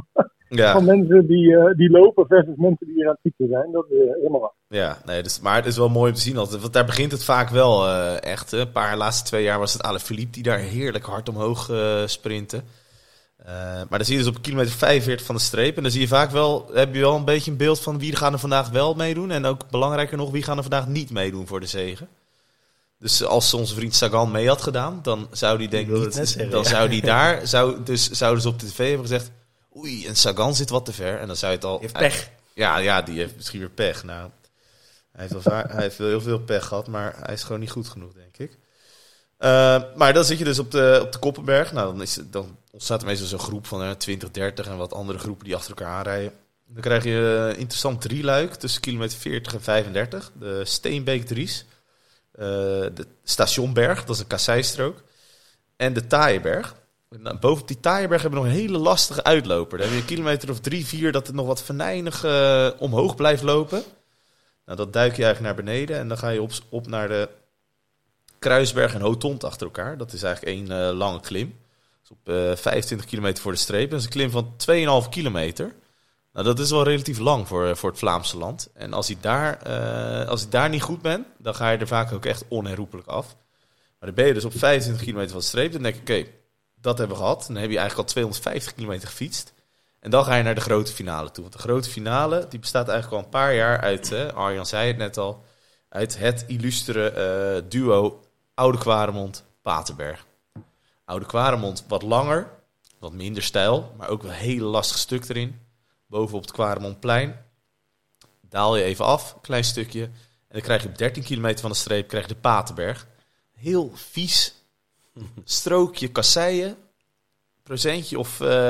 van mensen die lopen versus mensen die hier aan het fietsen zijn. Dat is helemaal waar. Ja, nee, maar het is wel mooi om te zien altijd. Want daar begint het vaak wel echt. Een paar laatste 2 jaar was het Alaphilippe die daar heerlijk hard omhoog sprintte. Maar dan zie je dus op kilometer 45 van de streep. En dan zie je vaak wel, heb je wel een beetje een beeld van wie gaan er vandaag wel meedoen. En ook belangrijker nog, wie gaan er vandaag niet meedoen voor de zege. Dus als onze vriend Sagan mee had gedaan, dan zou die denk ik niet. Dan zou die daar, zouden ze op de tv hebben gezegd, oei, en Sagan zit wat te ver. En dan zou je het al. Heeft pech. Ja, die heeft misschien weer pech. Nou, hij heeft wel heel veel pech gehad, maar hij is gewoon niet goed genoeg, denk ik. Maar dan zit je dus op de Koppenberg. Nou, dan ontstaat er meestal zo'n groep van 20, 30 en wat andere groepen die achter elkaar aanrijden. Dan krijg je een interessant 3-luik tussen kilometer 40 en 35. De Steenbeek-Dries. De Stationberg, dat is een kasseistrook. En de Taaienberg. Nou, bovenop die Taaienberg hebben we nog een hele lastige uitloper. Dan heb je een kilometer of 3, 4 dat het nog wat venijnig omhoog blijft lopen. Nou, dat duik je eigenlijk naar beneden. En dan ga je op naar de Kruisberg en Hotont achter elkaar. Dat is eigenlijk één lange klim. Dat is op 25 kilometer voor de streep. Dat is een klim van 2,5 kilometer. Nou, dat is wel relatief lang voor het Vlaamse land. En als je daar niet goed bent, dan ga je er vaak ook echt onherroepelijk af. Maar dan ben je dus op 25 kilometer van de streep. Dan denk ik, oké, dat hebben we gehad. Dan heb je eigenlijk al 250 kilometer gefietst. En dan ga je naar de grote finale toe. Want de grote finale die bestaat eigenlijk al een paar jaar uit, Arjan zei het net al, uit het illustere duo Oude Kwaremond-Paterberg. Oude Kwaremond wat langer, wat minder stijl, maar ook wel een heel lastig stuk erin. Bovenop het Kwaremondplein daal je even af, een klein stukje. En dan krijg je op 13 kilometer van de streep krijg je de Paterberg. Heel vies strookje kasseien. Procentje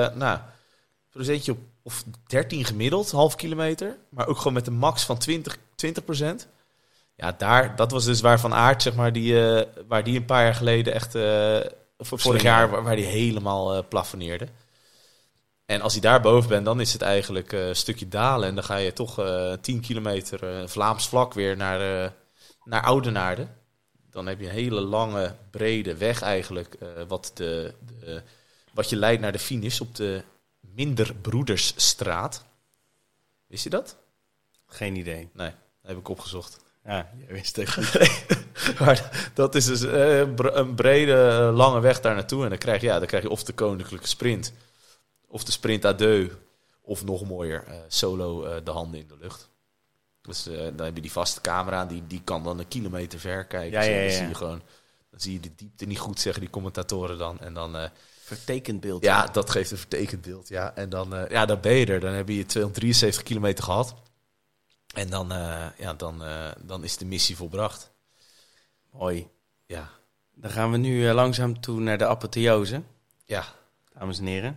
of 13 gemiddeld, half kilometer. Maar ook gewoon met een max van 20%. Ja, dat was dus waar Van Aert, zeg maar, waar die een paar jaar geleden echt, vorig jaar, waar die helemaal plafonneerde. En als hij daar boven bent, dan is het eigenlijk een stukje dalen. En dan ga je toch 10 kilometer Vlaams vlak weer naar Oudenaarde. Dan heb je een hele lange, brede weg eigenlijk. Wat je leidt naar de finish op de Minderbroedersstraat. Wist je dat? Geen idee. Nee, dat heb ik opgezocht. Ja, je wist het goed. Maar dat is dus een brede, lange weg daar naartoe. En dan krijg je of de koninklijke sprint, of de sprint à deux, of nog mooier, solo de handen in de lucht. Dus dan heb je die vaste camera, die kan dan een kilometer ver kijken. Ja. Dan zie je de diepte niet goed, zeggen die commentatoren dan. En dan Vertekend beeld. Ja, dat geeft een vertekend beeld. Ja. En dan, dan ben je er. Dan heb je 273 kilometer gehad. En dan is de missie volbracht. Mooi. Ja. Dan gaan we nu langzaam toe naar de apotheose. Ja. Dames en heren.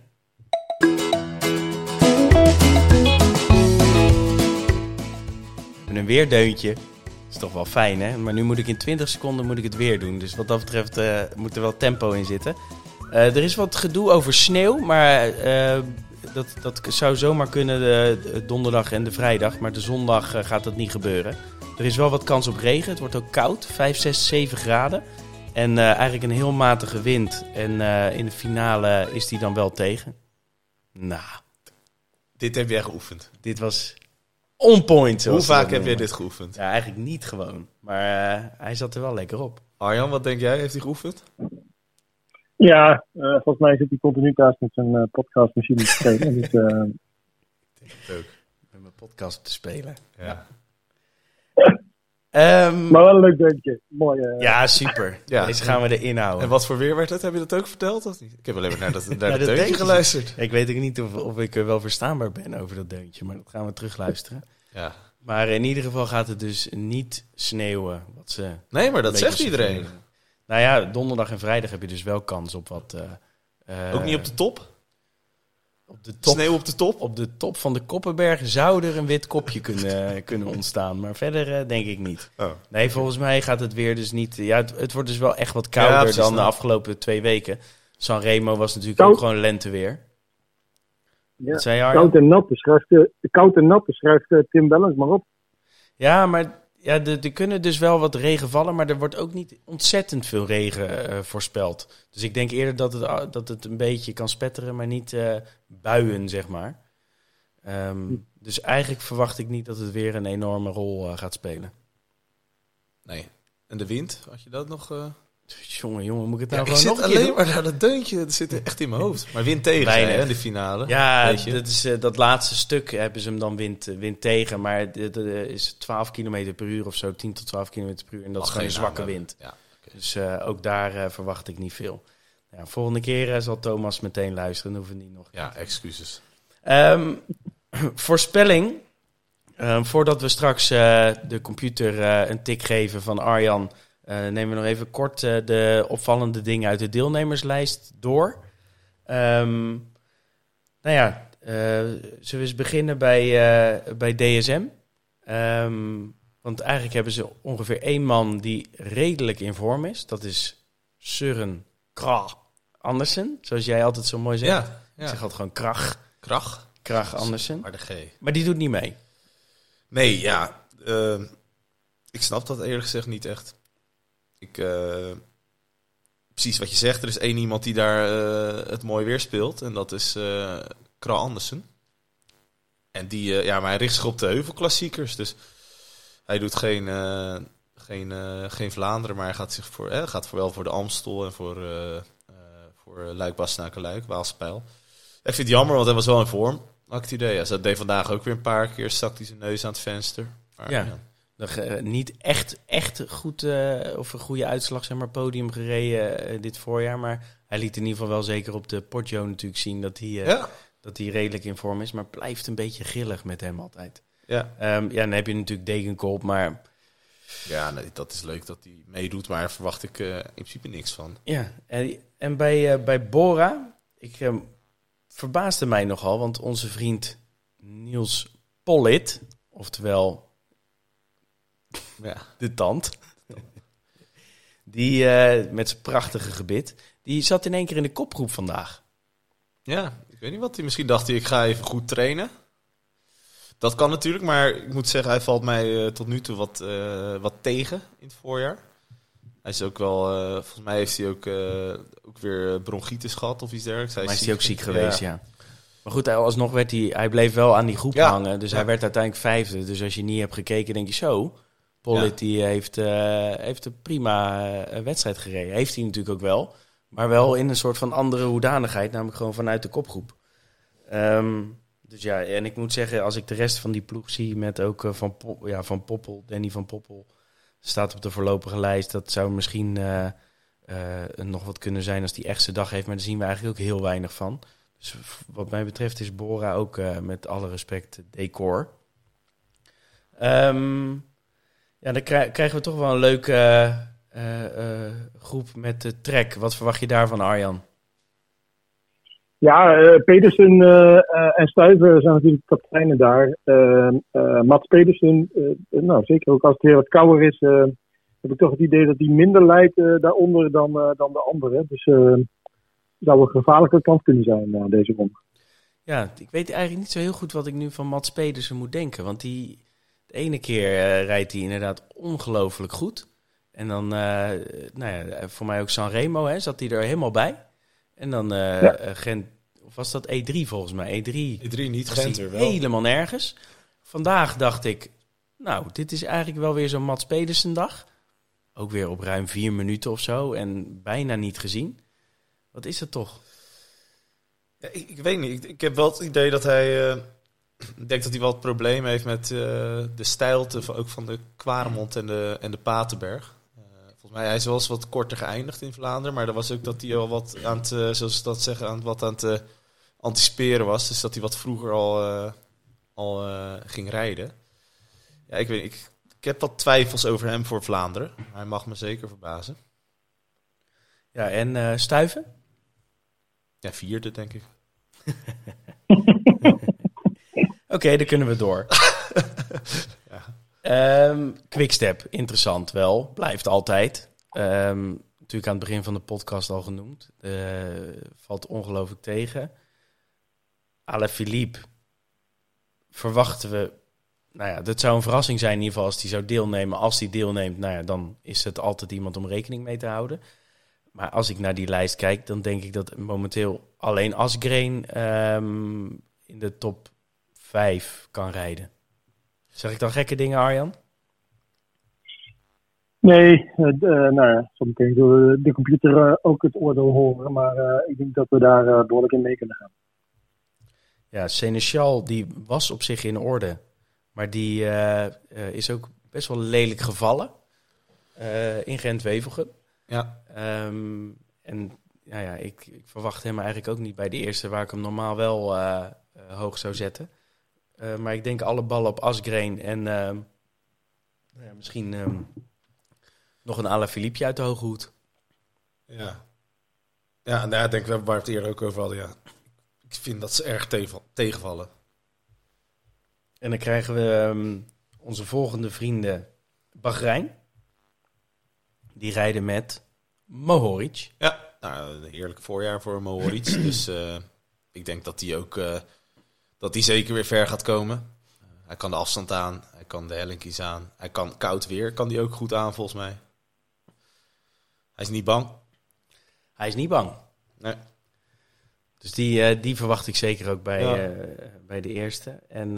We hebben een weerdeuntje. Dat is toch wel fijn, hè? Maar nu moet ik in 20 seconden het weer doen. Dus wat dat betreft moet er wel tempo in zitten. Er is wat gedoe over sneeuw, maar dat zou zomaar kunnen de donderdag en de vrijdag. Maar de zondag gaat dat niet gebeuren. Er is wel wat kans op regen. Het wordt ook koud, 5, 6, 7 graden. En eigenlijk een heel matige wind. En in de finale is die dan wel tegen. Nou, Dit heb jij geoefend. dit was on point. Hoe vaak heb jij dit geoefend? Ja, eigenlijk niet gewoon. Maar hij zat er wel lekker op. Arjan, wat denk jij? Heeft hij geoefend? Ja, volgens mij zit hij continu thuis met zijn podcastmachine te spelen. Dus, Ook. Met mijn podcast te spelen. Ja. maar wel een leuk deuntje. Mooi. Ja, super. Ja. Deze gaan we erin houden. En wat voor weer werd het? Heb je dat ook verteld? Of niet? Ik heb alleen maar naar Ja, dat dat deuntje deuntje. geluisterd. Ik weet ook niet of ik wel verstaanbaar ben over dat deuntje. Maar dat gaan we terugluisteren. Ja. Maar in ieder geval gaat het dus niet sneeuwen. Wat ze Nee, maar een dat beetje zegt iedereen. suggereren. Nou ja, donderdag en vrijdag heb je dus wel kans op wat... Ook niet op de top? op de top. Sneeuw op de top? Op de top van de Koppenberg zou er een wit kopje kunnen ontstaan. Maar verder denk ik niet. Oh. Nee, volgens mij gaat het weer dus niet... Ja, het wordt dus wel echt wat kouder precies, dan de nou. afgelopen 2 weken. Sanremo was natuurlijk Koud. ook gewoon lenteweer. ja. Wat zei je, Arjan? Koud en nat schrijft Tim Wellens maar op. Ja, maar ja, er kunnen dus wel wat regen vallen, maar er wordt ook niet ontzettend veel regen voorspeld. Dus ik denk eerder dat het een beetje kan spetteren, maar niet buien, zeg maar. Dus eigenlijk verwacht ik niet dat het weer een enorme rol gaat spelen. Nee. En de wind? Had je dat nog... Jongen, moet ik het Ja, nou ik gewoon zit nog een keer alleen doen? maar naar dat deuntje. Dat zit echt in mijn hoofd. Maar wind tegen, Weinig. hè, de finale. Ja, Weet je? dat is dat laatste stuk hebben ze hem dan wind tegen, maar dat is 12 km per uur of zo, 10 tot 12 km per uur. En dat is gewoon een zwakke wind. Ja. Dus ook daar verwacht ik niet veel. Ja, volgende keer zal Thomas meteen luisteren. Dan hoeven we niet nog. Ja, excuses. Voorspelling. Voordat we straks de computer een tik geven van Arjan, nemen we nog even kort de opvallende dingen uit de deelnemerslijst door. Nou ja, zullen we eens beginnen bij DSM? Want eigenlijk hebben ze ongeveer 1 man die redelijk in vorm is. Dat is Søren Kragh Andersen, zoals jij altijd zo mooi zegt. Ja. Ik zeg altijd gewoon Kragh Andersen. Maar de G. Maar die doet niet mee. Nee, ja. Ik snap dat eerlijk gezegd niet echt. Precies wat je zegt. Er is 1 iemand die daar het mooi weer speelt. En dat is Kragh Andersen. En maar hij richt zich op de heuvelklassiekers. Dus hij doet geen Vlaanderen. Maar hij gaat wel voor de Amstel en voor Luik-Bastenaken-Luik, Waalspijl. Ik vind het jammer, want hij was wel in vorm. Had ik het idee. Ja, ze deed vandaag ook weer een paar keer. Stak hij zijn neus aan het venster. Maar, Ja. Niet echt goed of een goede uitslag, zeg maar, podium gereden dit voorjaar. Maar hij liet in ieder geval wel zeker op de Poggio natuurlijk zien dat hij redelijk in vorm is. Maar blijft een beetje grillig met hem altijd. Ja. Dan heb je natuurlijk Degenkolb, maar... Ja, nee, dat is leuk dat hij meedoet, maar daar verwacht ik in principe niks van. Ja, en bij Bora, ik verbaasde mij nogal, want onze vriend Niels Pollitt, oftewel de tand, die met zijn prachtige gebit, die zat in één keer in de kopgroep vandaag. Ja, ik weet niet wat hij... Misschien dacht hij, ik ga even goed trainen. Dat kan natuurlijk, maar ik moet zeggen, hij valt mij tot nu toe wat tegen in het voorjaar. Hij is ook wel, volgens mij heeft hij ook weer bronchitis gehad of iets dergelijks. Maar is hij ook ziek geweest, ja. Maar goed, alsnog werd hij bleef wel aan die groep hangen. Dus hij werd uiteindelijk 5e. Dus als je niet hebt gekeken, denk je zo. Pollitt die heeft een prima wedstrijd gereden. Heeft hij natuurlijk ook wel. Maar wel in een soort van andere hoedanigheid. Namelijk gewoon vanuit de kopgroep. Dus ja, en ik moet zeggen, als ik de rest van die ploeg zie met ook Van Poppel, Danny van Poppel, staat op de voorlopige lijst. Dat zou misschien nog wat kunnen zijn als die echt zijn dag heeft. Maar daar zien we eigenlijk ook heel weinig van. Dus wat mij betreft is Bora ook met alle respect decor. Dan krijgen we toch wel een leuke groep met de Trek. Wat verwacht je daarvan, Arjan? Ja, Pedersen en Stuyven zijn natuurlijk kapiteinen daar. Mats Pedersen, zeker ook als het weer wat kouder is, heb ik toch het idee dat hij minder lijdt daaronder dan de anderen. Dus zou een gevaarlijke kant kunnen zijn deze ronde. Ja, ik weet eigenlijk niet zo heel goed wat ik nu van Mats Pedersen moet denken. Want de ene keer rijdt hij inderdaad ongelooflijk goed. En dan, voor mij ook Sanremo, hè, zat hij er helemaal bij. En dan Gent, of was dat E3 volgens mij? E3 niet, Gent er wel. Helemaal nergens. Vandaag dacht ik, dit is eigenlijk wel weer zo'n Mats Pedersen dag. Ook weer op ruim 4 minuten of zo en bijna niet gezien. Wat is dat toch? Ja, ik weet niet. Ik heb wel het idee dat hij... ik denk dat hij wel het probleem heeft met de stijlte ook van de Kwaremond en de Paterberg. Volgens mij hij is wel eens wat korter geëindigd in Vlaanderen. Maar dat was ook dat hij al wat aan het, zoals ze dat zeggen, aan het anticiperen was. Dus dat hij wat vroeger al ging rijden. Ja, ik weet niet. Ik heb wat twijfels over hem voor Vlaanderen. Maar hij mag me zeker verbazen. Ja, en Stuyven? Ja, 4e, denk ik. Oké, dan kunnen we door. Quickstep, interessant wel. Blijft altijd. Natuurlijk aan het begin van de podcast al genoemd. Valt ongelooflijk tegen. Alaphilippe verwachten we... dat zou een verrassing zijn in ieder geval als hij zou deelnemen. Als hij deelneemt, dan is het altijd iemand om rekening mee te houden. Maar als ik naar die lijst kijk, dan denk ik dat momenteel alleen Asgreen in de top 5 kan rijden. Zeg ik dan gekke dingen, Arjan? Nee, zometeen zullen de computer ook het oordeel horen. Maar ik denk dat we daar behoorlijk in mee kunnen gaan. Ja, Seneschal die was op zich in orde. Maar die is ook best wel lelijk gevallen in Gent-Wevelgem. Ja. Ik verwacht hem eigenlijk ook niet bij de eerste, waar ik hem normaal wel hoog zou zetten. Maar ik denk alle ballen op Asgreen en misschien nog een Alaphilippe uit de hoge hoed. Ja. Ja, ik denk dat we het eerder ook over hadden. Ja. Ik vind dat ze erg tegenvallen. En dan krijgen we onze volgende vrienden Bahrein. Die rijden met Mohoric. Ja, een heerlijk voorjaar voor Mohoric. Dus ik denk dat hij ook dat hij zeker weer ver gaat komen. Hij kan de afstand aan, hij kan de hellinkies aan. Hij kan koud weer, kan hij ook goed aan volgens mij. Hij is niet bang. Hij is niet bang. Nee. Dus die verwacht ik zeker ook bij de eerste. En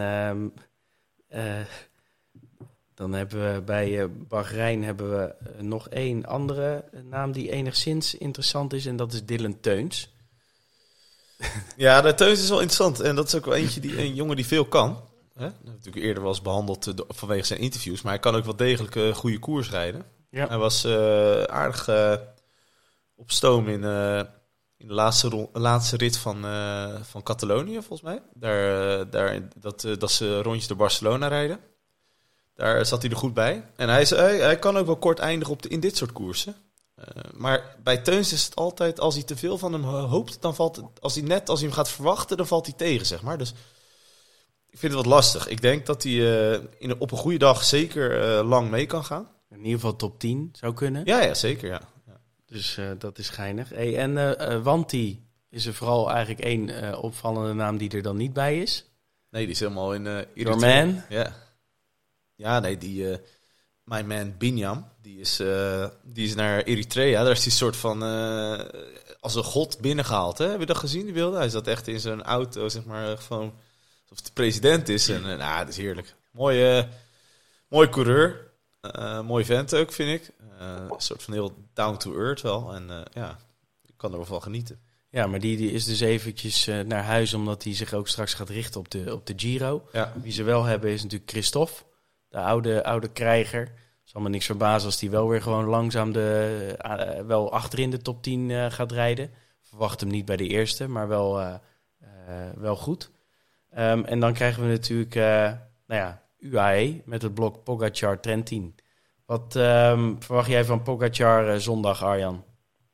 dan hebben we bij Bahrein nog één andere naam die enigszins interessant is. En dat is Dylan Teuns. Ja, de Teuns is wel interessant. En dat is ook wel een jongen die veel kan. Hè? Natuurlijk eerder wel eens behandeld vanwege zijn interviews. Maar hij kan ook wel degelijk goede koers rijden. Ja. Hij was aardig op stoom in de laatste rit van Catalonië, volgens mij. Dat ze rondjes door Barcelona rijden. Daar zat hij er goed bij. En hij kan ook wel kort eindigen in dit soort koersen. Maar bij Teuns is het altijd, als hij te veel van hem hoopt, dan valt het, als hij hem gaat verwachten, dan valt hij tegen, zeg maar. Dus ik vind het wat lastig. Ik denk dat hij op een goede dag zeker lang mee kan gaan. In ieder geval top 10 zou kunnen. Ja, zeker, ja. Dus dat is geinig. Hey, en Wanty is er vooral eigenlijk één opvallende naam die er dan niet bij is. Nee, die is helemaal in Your man. Ja, nee, mijn man Binyam, die is naar Eritrea. Daar is hij soort van als een god binnengehaald. Hè? Heb je dat gezien, die beelden? Hij zat echt in zo'n auto, zeg maar, gewoon alsof het de president is. En dat is heerlijk. Mooi coureur. Mooi vent ook, vind ik. Een soort van heel down to earth wel. En ik kan er wel van genieten. Ja, maar die is dus eventjes naar huis, omdat hij zich ook straks gaat richten op de Giro. Ja. Wie ze wel hebben is natuurlijk Christophe, de oude krijger. zal me niks verbazen als hij wel weer gewoon langzaam wel achterin de top 10 gaat rijden. Verwacht hem niet bij de eerste, maar wel goed. En dan krijgen we natuurlijk UAE met het blok Pogacar-Trentin. Wat verwacht jij van Pogacar zondag, Arjan?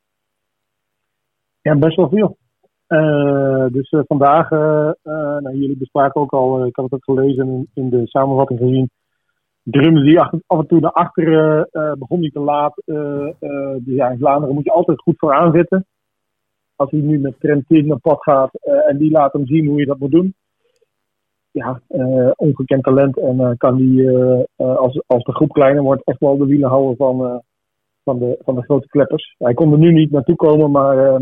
Ja, best wel veel. Dus vandaag, jullie bespraken ook al, ik had het ook gelezen in de samenvatting gezien, drumde die af en toe naar achteren, begon niet te laat. Dus in Vlaanderen moet je altijd goed vooraan zitten. Als hij nu met Trentin op pad gaat en die laat hem zien hoe je dat moet doen. Ja, ongekend talent en kan die, als de groep kleiner wordt, echt wel de wielen houden van de grote kleppers. Hij kon er nu niet naartoe komen, maar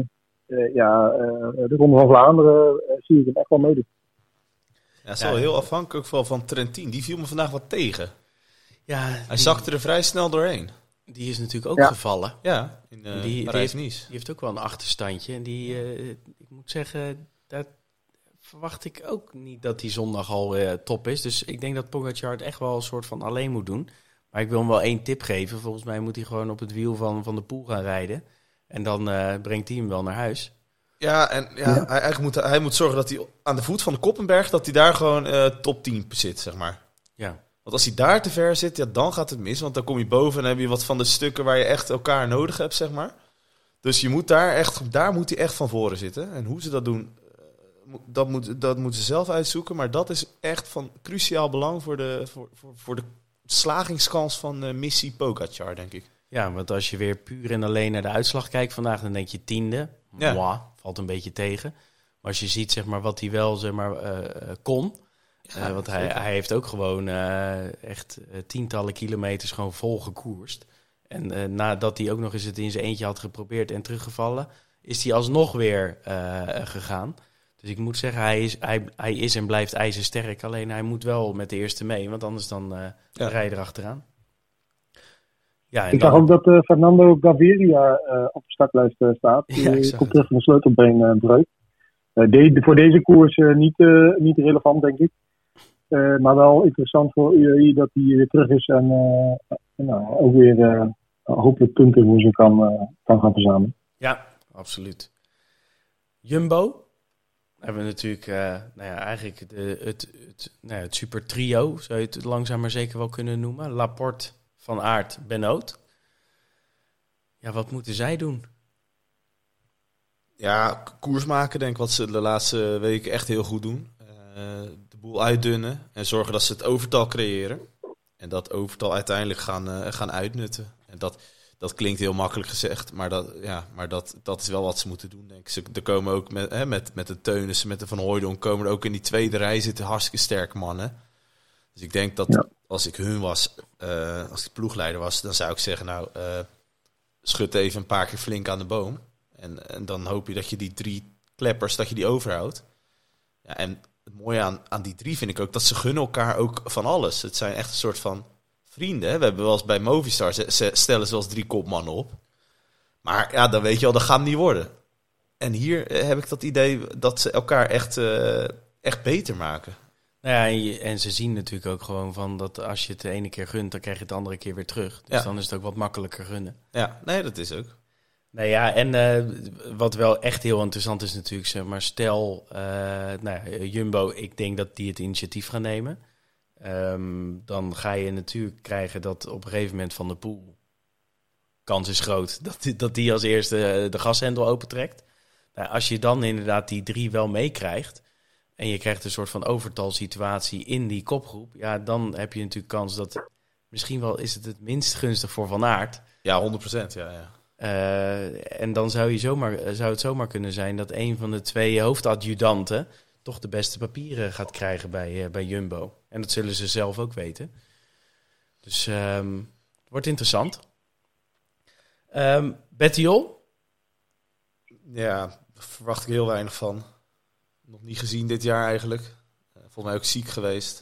de Ronde van Vlaanderen zie ik hem echt wel meedoen. Ja, het is wel heel afhankelijk van Trentin. Die viel me vandaag wat tegen. Ja, hij zakte er vrij snel doorheen. Die is natuurlijk ook gevallen. Ja, in Parijs-Nice. Die heeft ook wel een achterstandje. En ik moet zeggen, dat verwacht ik ook niet dat die zondag al top is. Dus ik denk dat Pogacar het echt wel een soort van alleen moet doen. Maar ik wil hem wel 1 tip geven. Volgens mij moet hij gewoon op het wiel van de Poel gaan rijden. En dan brengt hij hem wel naar huis. Ja, en hij moet zorgen dat hij aan de voet van de Koppenberg, dat hij daar gewoon top 10 zit, zeg maar. Ja. Want als hij daar te ver zit, ja, dan gaat het mis. Want dan kom je boven en heb je wat van de stukken waar je echt elkaar nodig hebt, zeg maar. Dus je moet daar moet hij echt van voren zitten. En hoe ze dat doen, dat moeten ze zelf uitzoeken. Maar dat is echt van cruciaal belang voor de slagingskans van missie Pogacar, denk ik. Ja, want als je weer puur en alleen naar de uitslag kijkt vandaag, dan denk je 10e. Ja. Mwah, valt een beetje tegen. Maar als je ziet zeg maar, wat hij wel kon. Ja, want hij heeft ook gewoon echt tientallen kilometers gewoon vol gekoerst. En nadat hij ook nog eens het in zijn eentje had geprobeerd en teruggevallen, is hij alsnog weer gegaan. Dus ik moet zeggen, hij is en blijft ijzersterk. Alleen hij moet wel met de eerste mee, want anders dan rij je erachteraan. Ja, ik zag ook dat Fernando Gaviria op de startlijst staat. Die komt terug van een sleutelbeenbreuk. Voor deze koers niet relevant, denk ik. Maar wel interessant voor UAE dat hij weer terug is en ook weer hopelijk punten hoe ze kan gaan verzamelen. Ja, absoluut. Jumbo hebben we natuurlijk eigenlijk het super trio, zou je het langzaam maar zeker wel kunnen noemen. Laporte, Van Aert, Benoot. Ja, wat moeten zij doen? Ja, koers maken, denk ik, wat ze de laatste weken echt heel goed doen. De boel uitdunnen en zorgen dat ze het overtal creëren. En dat overtal uiteindelijk gaan uitnutten. En dat klinkt heel makkelijk gezegd, maar dat is wel wat ze moeten doen, denk ik. Er komen ook met de Teunissen, met de Van Hooijdonk, komen er ook in die tweede rij zitten hartstikke sterke mannen. Dus ik denk dat als ik hun was, als ik ploegleider was, dan zou ik zeggen, schud even een paar keer flink aan de boom. En dan hoop je dat je die 3 kleppers, dat je die overhoudt. Ja, en het mooie aan die 3 vind ik ook dat ze gunnen elkaar ook van alles. Het zijn echt een soort van vrienden. Hè? We hebben wel eens bij Movistar stellen ze wel eens 3 kopmannen op. Maar ja, dan weet je al, dat gaat niet worden. En hier heb ik dat idee dat ze elkaar echt beter maken. Nou ja, en ze zien natuurlijk ook gewoon van dat als je het de ene keer gunt, dan krijg je het de andere keer weer terug. Dus dan is het ook wat makkelijker gunnen. Ja, nee, dat is ook. Nou ja, en wat wel echt heel interessant is natuurlijk, zeg maar, stel Jumbo, ik denk dat die het initiatief gaan nemen. Dan ga je natuurlijk krijgen dat op een gegeven moment Van der Poel, kans is groot, dat die als eerste de gashendel opentrekt. Nou, als je dan inderdaad die 3 wel meekrijgt en je krijgt een soort van overtalsituatie in die kopgroep, ja, dan heb je natuurlijk kans dat misschien wel is het minst gunstig voor Van Aert. Ja, 100%, ja. En dan zou het zomaar kunnen zijn dat een van de 2 hoofdadjudanten toch de beste papieren gaat krijgen bij Jumbo. En dat zullen ze zelf ook weten. Dus het wordt interessant. Bettiol? Ja, daar verwacht ik heel weinig van. Nog niet gezien dit jaar eigenlijk. Volgens mij ook ziek geweest.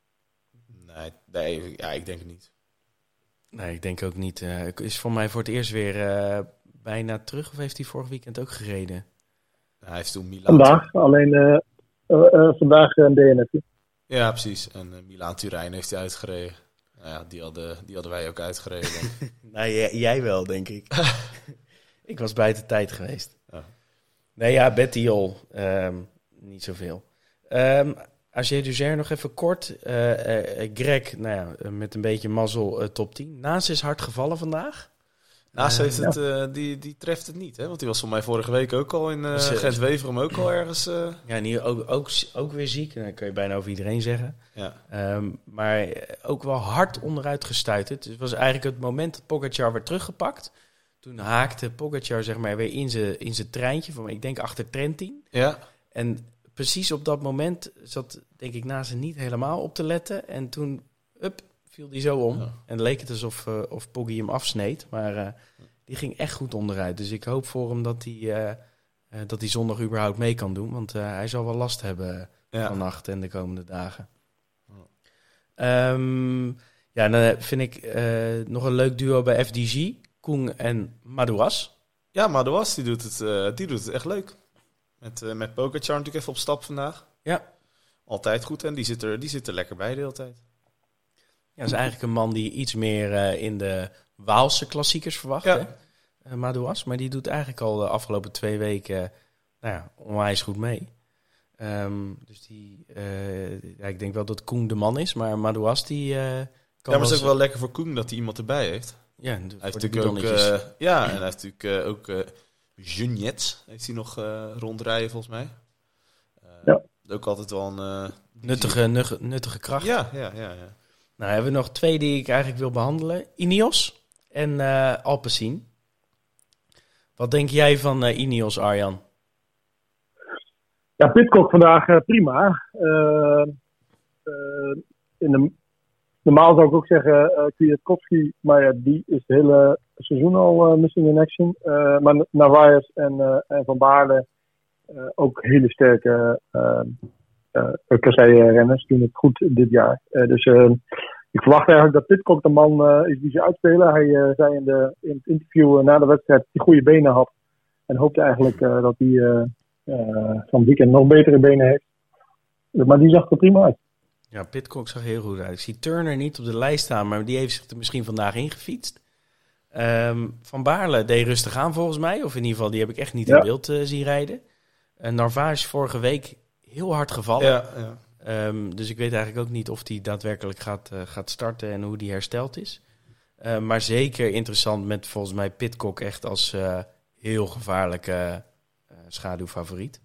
Nee, ik denk het niet. Nee, ik denk ook niet. Is voor mij voor het eerst weer bijna terug. Of heeft hij vorig weekend ook gereden? Hij heeft toen Milaan. Vandaag, alleen vandaag een DNF. Ja, precies. En Milaan-Turijn heeft hij uitgereden. Nou ja, die hadden wij ook uitgereden. Nou, jij wel, denk ik. Ik was buiten tijd geweest. Ja. Nee, ja, Bettiol. Niet zoveel. Agé Duzer nog even kort. Greg, nou ja, met een beetje mazzel top 10. Naast is hard gevallen vandaag. Naast heeft het, die treft het niet, hè? Want die was voor mij vorige week ook al in Gent-Weverum ook al ergens. Ja, en hier ook weer ziek. Dat kan je bijna over iedereen zeggen. Ja. Maar ook wel hard onderuit gestuiterd. Dus het was eigenlijk het moment dat Pogacar werd teruggepakt. Toen haakte Pogacar zeg maar weer in zijn treintje van, ik denk, achter Trentin. Ja. En precies op dat moment zat, denk ik, naast niet helemaal op te letten. En toen, viel die zo om. Ja. En leek het alsof of Poggi hem afsneed. Maar die ging echt goed onderuit. Dus ik hoop voor hem dat hij zondag überhaupt mee kan doen. Want hij zal wel last hebben vannacht en de komende dagen. Ja, dan vind ik nog een leuk duo bij FDG. Koen en Madouas. Ja, Madouas die doet het echt leuk. Met Pogacar natuurlijk even op stap vandaag. Ja. Altijd goed en die zit er lekker bij de hele tijd. Ja, dat is eigenlijk een man die iets meer in de Waalse klassiekers verwacht. Ja. Madouas. Maar die doet eigenlijk al de afgelopen 2 weken onwijs goed mee. Dus ik denk wel dat Koen de man is. Maar Madouas die kan maar het is ook wel lekker voor Koen dat hij iemand erbij heeft. Ja, hij heeft natuurlijk ook, en hij heeft natuurlijk ook Juniet heeft hij nog rondrijden volgens mij. Ook altijd wel een nuttige kracht. Ja. Nou, hebben we nog 2 die ik eigenlijk wil behandelen. Ineos en Alpecin. Wat denk jij van Ineos, Arjan? Ja, Pidcock vandaag prima. Normaal zou ik ook zeggen Kwiatkowski, maar ja, die is het hele seizoen al missing in action. Maar Narvaez en Van Baarle ook hele sterke kassei-renners doen het goed dit jaar. Dus ik verwacht eigenlijk dat Pidcock de man is die ze uitspelen. Hij zei in het interview na de wedstrijd dat hij goede benen had. En hoopte eigenlijk dat hij van het weekend nog betere benen heeft. Maar die zag er prima uit. Ja, Pidcock zag heel goed uit. Ik zie Turner niet op de lijst staan, maar die heeft zich er misschien vandaag ingefietst. Van Baarle deed rustig aan volgens mij. Of in ieder geval, die heb ik echt niet in beeld zien rijden. Narvaez vorige week heel hard gevallen. Ja. Dus ik weet eigenlijk ook niet of hij daadwerkelijk gaat starten en hoe die hersteld is. Maar zeker interessant met volgens mij Pidcock echt als heel gevaarlijke schaduwfavoriet.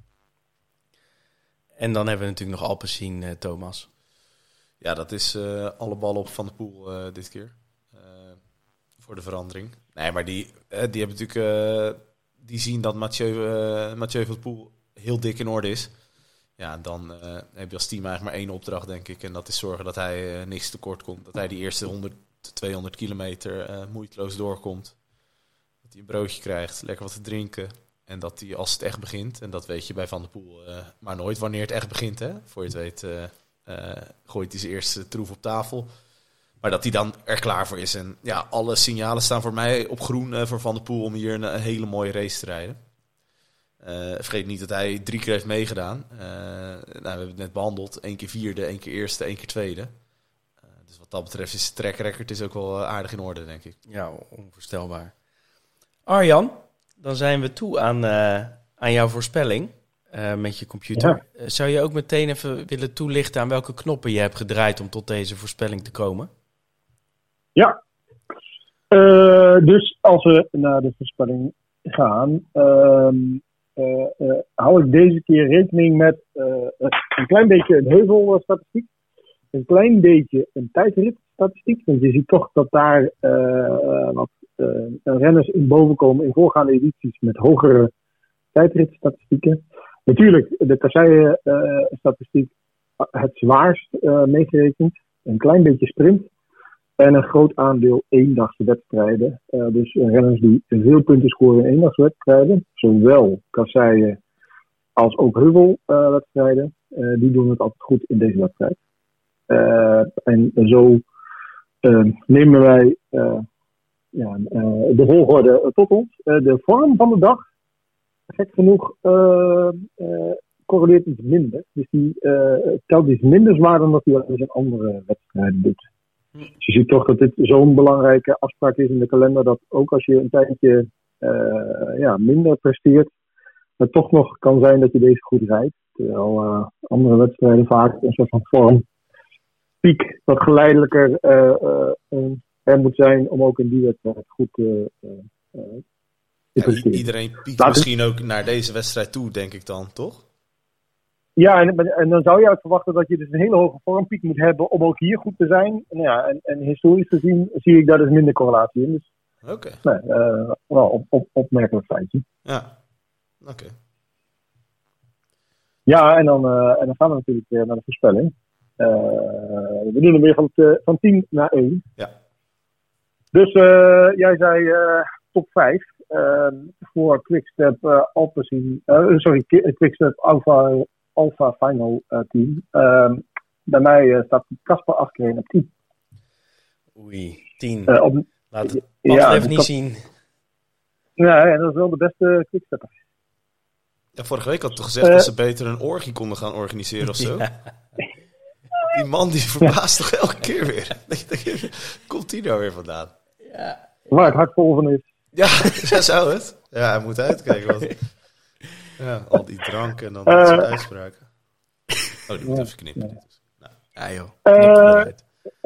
En dan hebben we natuurlijk nog Alpecin, Thomas. Ja, dat is alle ballen op Van der Poel dit keer. Voor de verandering. Nee, maar die hebben natuurlijk... die zien dat Mathieu van der Poel heel dik in orde is. Ja, dan heb je als team eigenlijk maar 1 opdracht, denk ik. En dat is zorgen dat hij niks tekort komt. Dat hij die eerste 100, 200 kilometer moeiteloos doorkomt. Dat hij een broodje krijgt, lekker wat te drinken. En dat hij, als het echt begint, en dat weet je bij Van der Poel maar nooit wanneer het echt begint, hè. Voor je het weet gooit hij zijn eerste troef op tafel. Maar dat hij dan er klaar voor is. En ja, alle signalen staan voor mij op groen voor Van der Poel om hier een hele mooie race te rijden. Vergeet niet dat hij 3 keer heeft meegedaan. We hebben het net behandeld. 1 keer 4e, 1 keer eerste, 1 keer 2e. Dus wat dat betreft is zijn track record is ook wel aardig in orde, denk ik. Ja, onvoorstelbaar. Arjan, dan zijn we toe aan jouw voorspelling met je computer. Ja. Zou je ook meteen even willen toelichten aan welke knoppen je hebt gedraaid om tot deze voorspelling te komen? Ja. Dus als we naar de voorspelling gaan, hou ik deze keer rekening met een klein beetje een heuvelstatistiek, een klein beetje een tijdritstatistiek. Want je ziet toch dat daar wat renners in boven komen in voorgaande edities met hogere tijdritstatistieken. Natuurlijk, de kasseien-statistiek het zwaarst meegerekend. Een klein beetje sprint. En een groot aandeel eendagse wedstrijden. Dus renners die veel punten scoren in eendagswedstrijden. Zowel kasseien als ook heuvelwedstrijden. Die doen het altijd goed in deze wedstrijd. En zo nemen wij de volgorde tot ons. De vorm van de dag, gek genoeg, correleert iets minder. Dus die telt iets minder zwaar dan dat hij al in andere wedstrijden doet. Dus je ziet toch dat dit zo'n belangrijke afspraak is in de kalender, dat ook als je een tijdje minder presteert, het toch nog kan zijn dat je deze goed rijdt. Terwijl andere wedstrijden vaak een soort van vormpiek wat geleidelijker er moet zijn om ook in die wedstrijd goed te presteren. Iedereen piekt misschien ook naar deze wedstrijd toe, denk ik dan, toch? Ja, en dan zou je uit verwachten dat je dus een hele hoge vormpiek moet hebben om ook hier goed te zijn. En historisch gezien zie ik daar dus minder correlatie in. Dus wel opmerkelijk feitje. Ja, oké. Ja, en dan gaan we natuurlijk naar de voorspelling. We doen hem weer van 10 naar 1. Ja. Dus jij zei top 5 voor Quickstep Quickstep Alpha Final Team. Bij mij staat Kasper Askreen op 10. Oei, 10. Laat het even niet zien. Ja, en dat is wel de beste Quickstepper. Ja, vorige week had ik toch gezegd dat ze beter een orgie konden gaan organiseren of zo? Ja. Die man die verbaast toch elke keer weer. Komt die nou weer vandaan? Ja. Waar het hart vol van is. Ja, zou het. Ja, hij moet uitkijken. Want... Ja, al die drank en dan dat soort uitspraken. Oh, die moet even knippen. Dus. Nou, ja joh, knip eruit.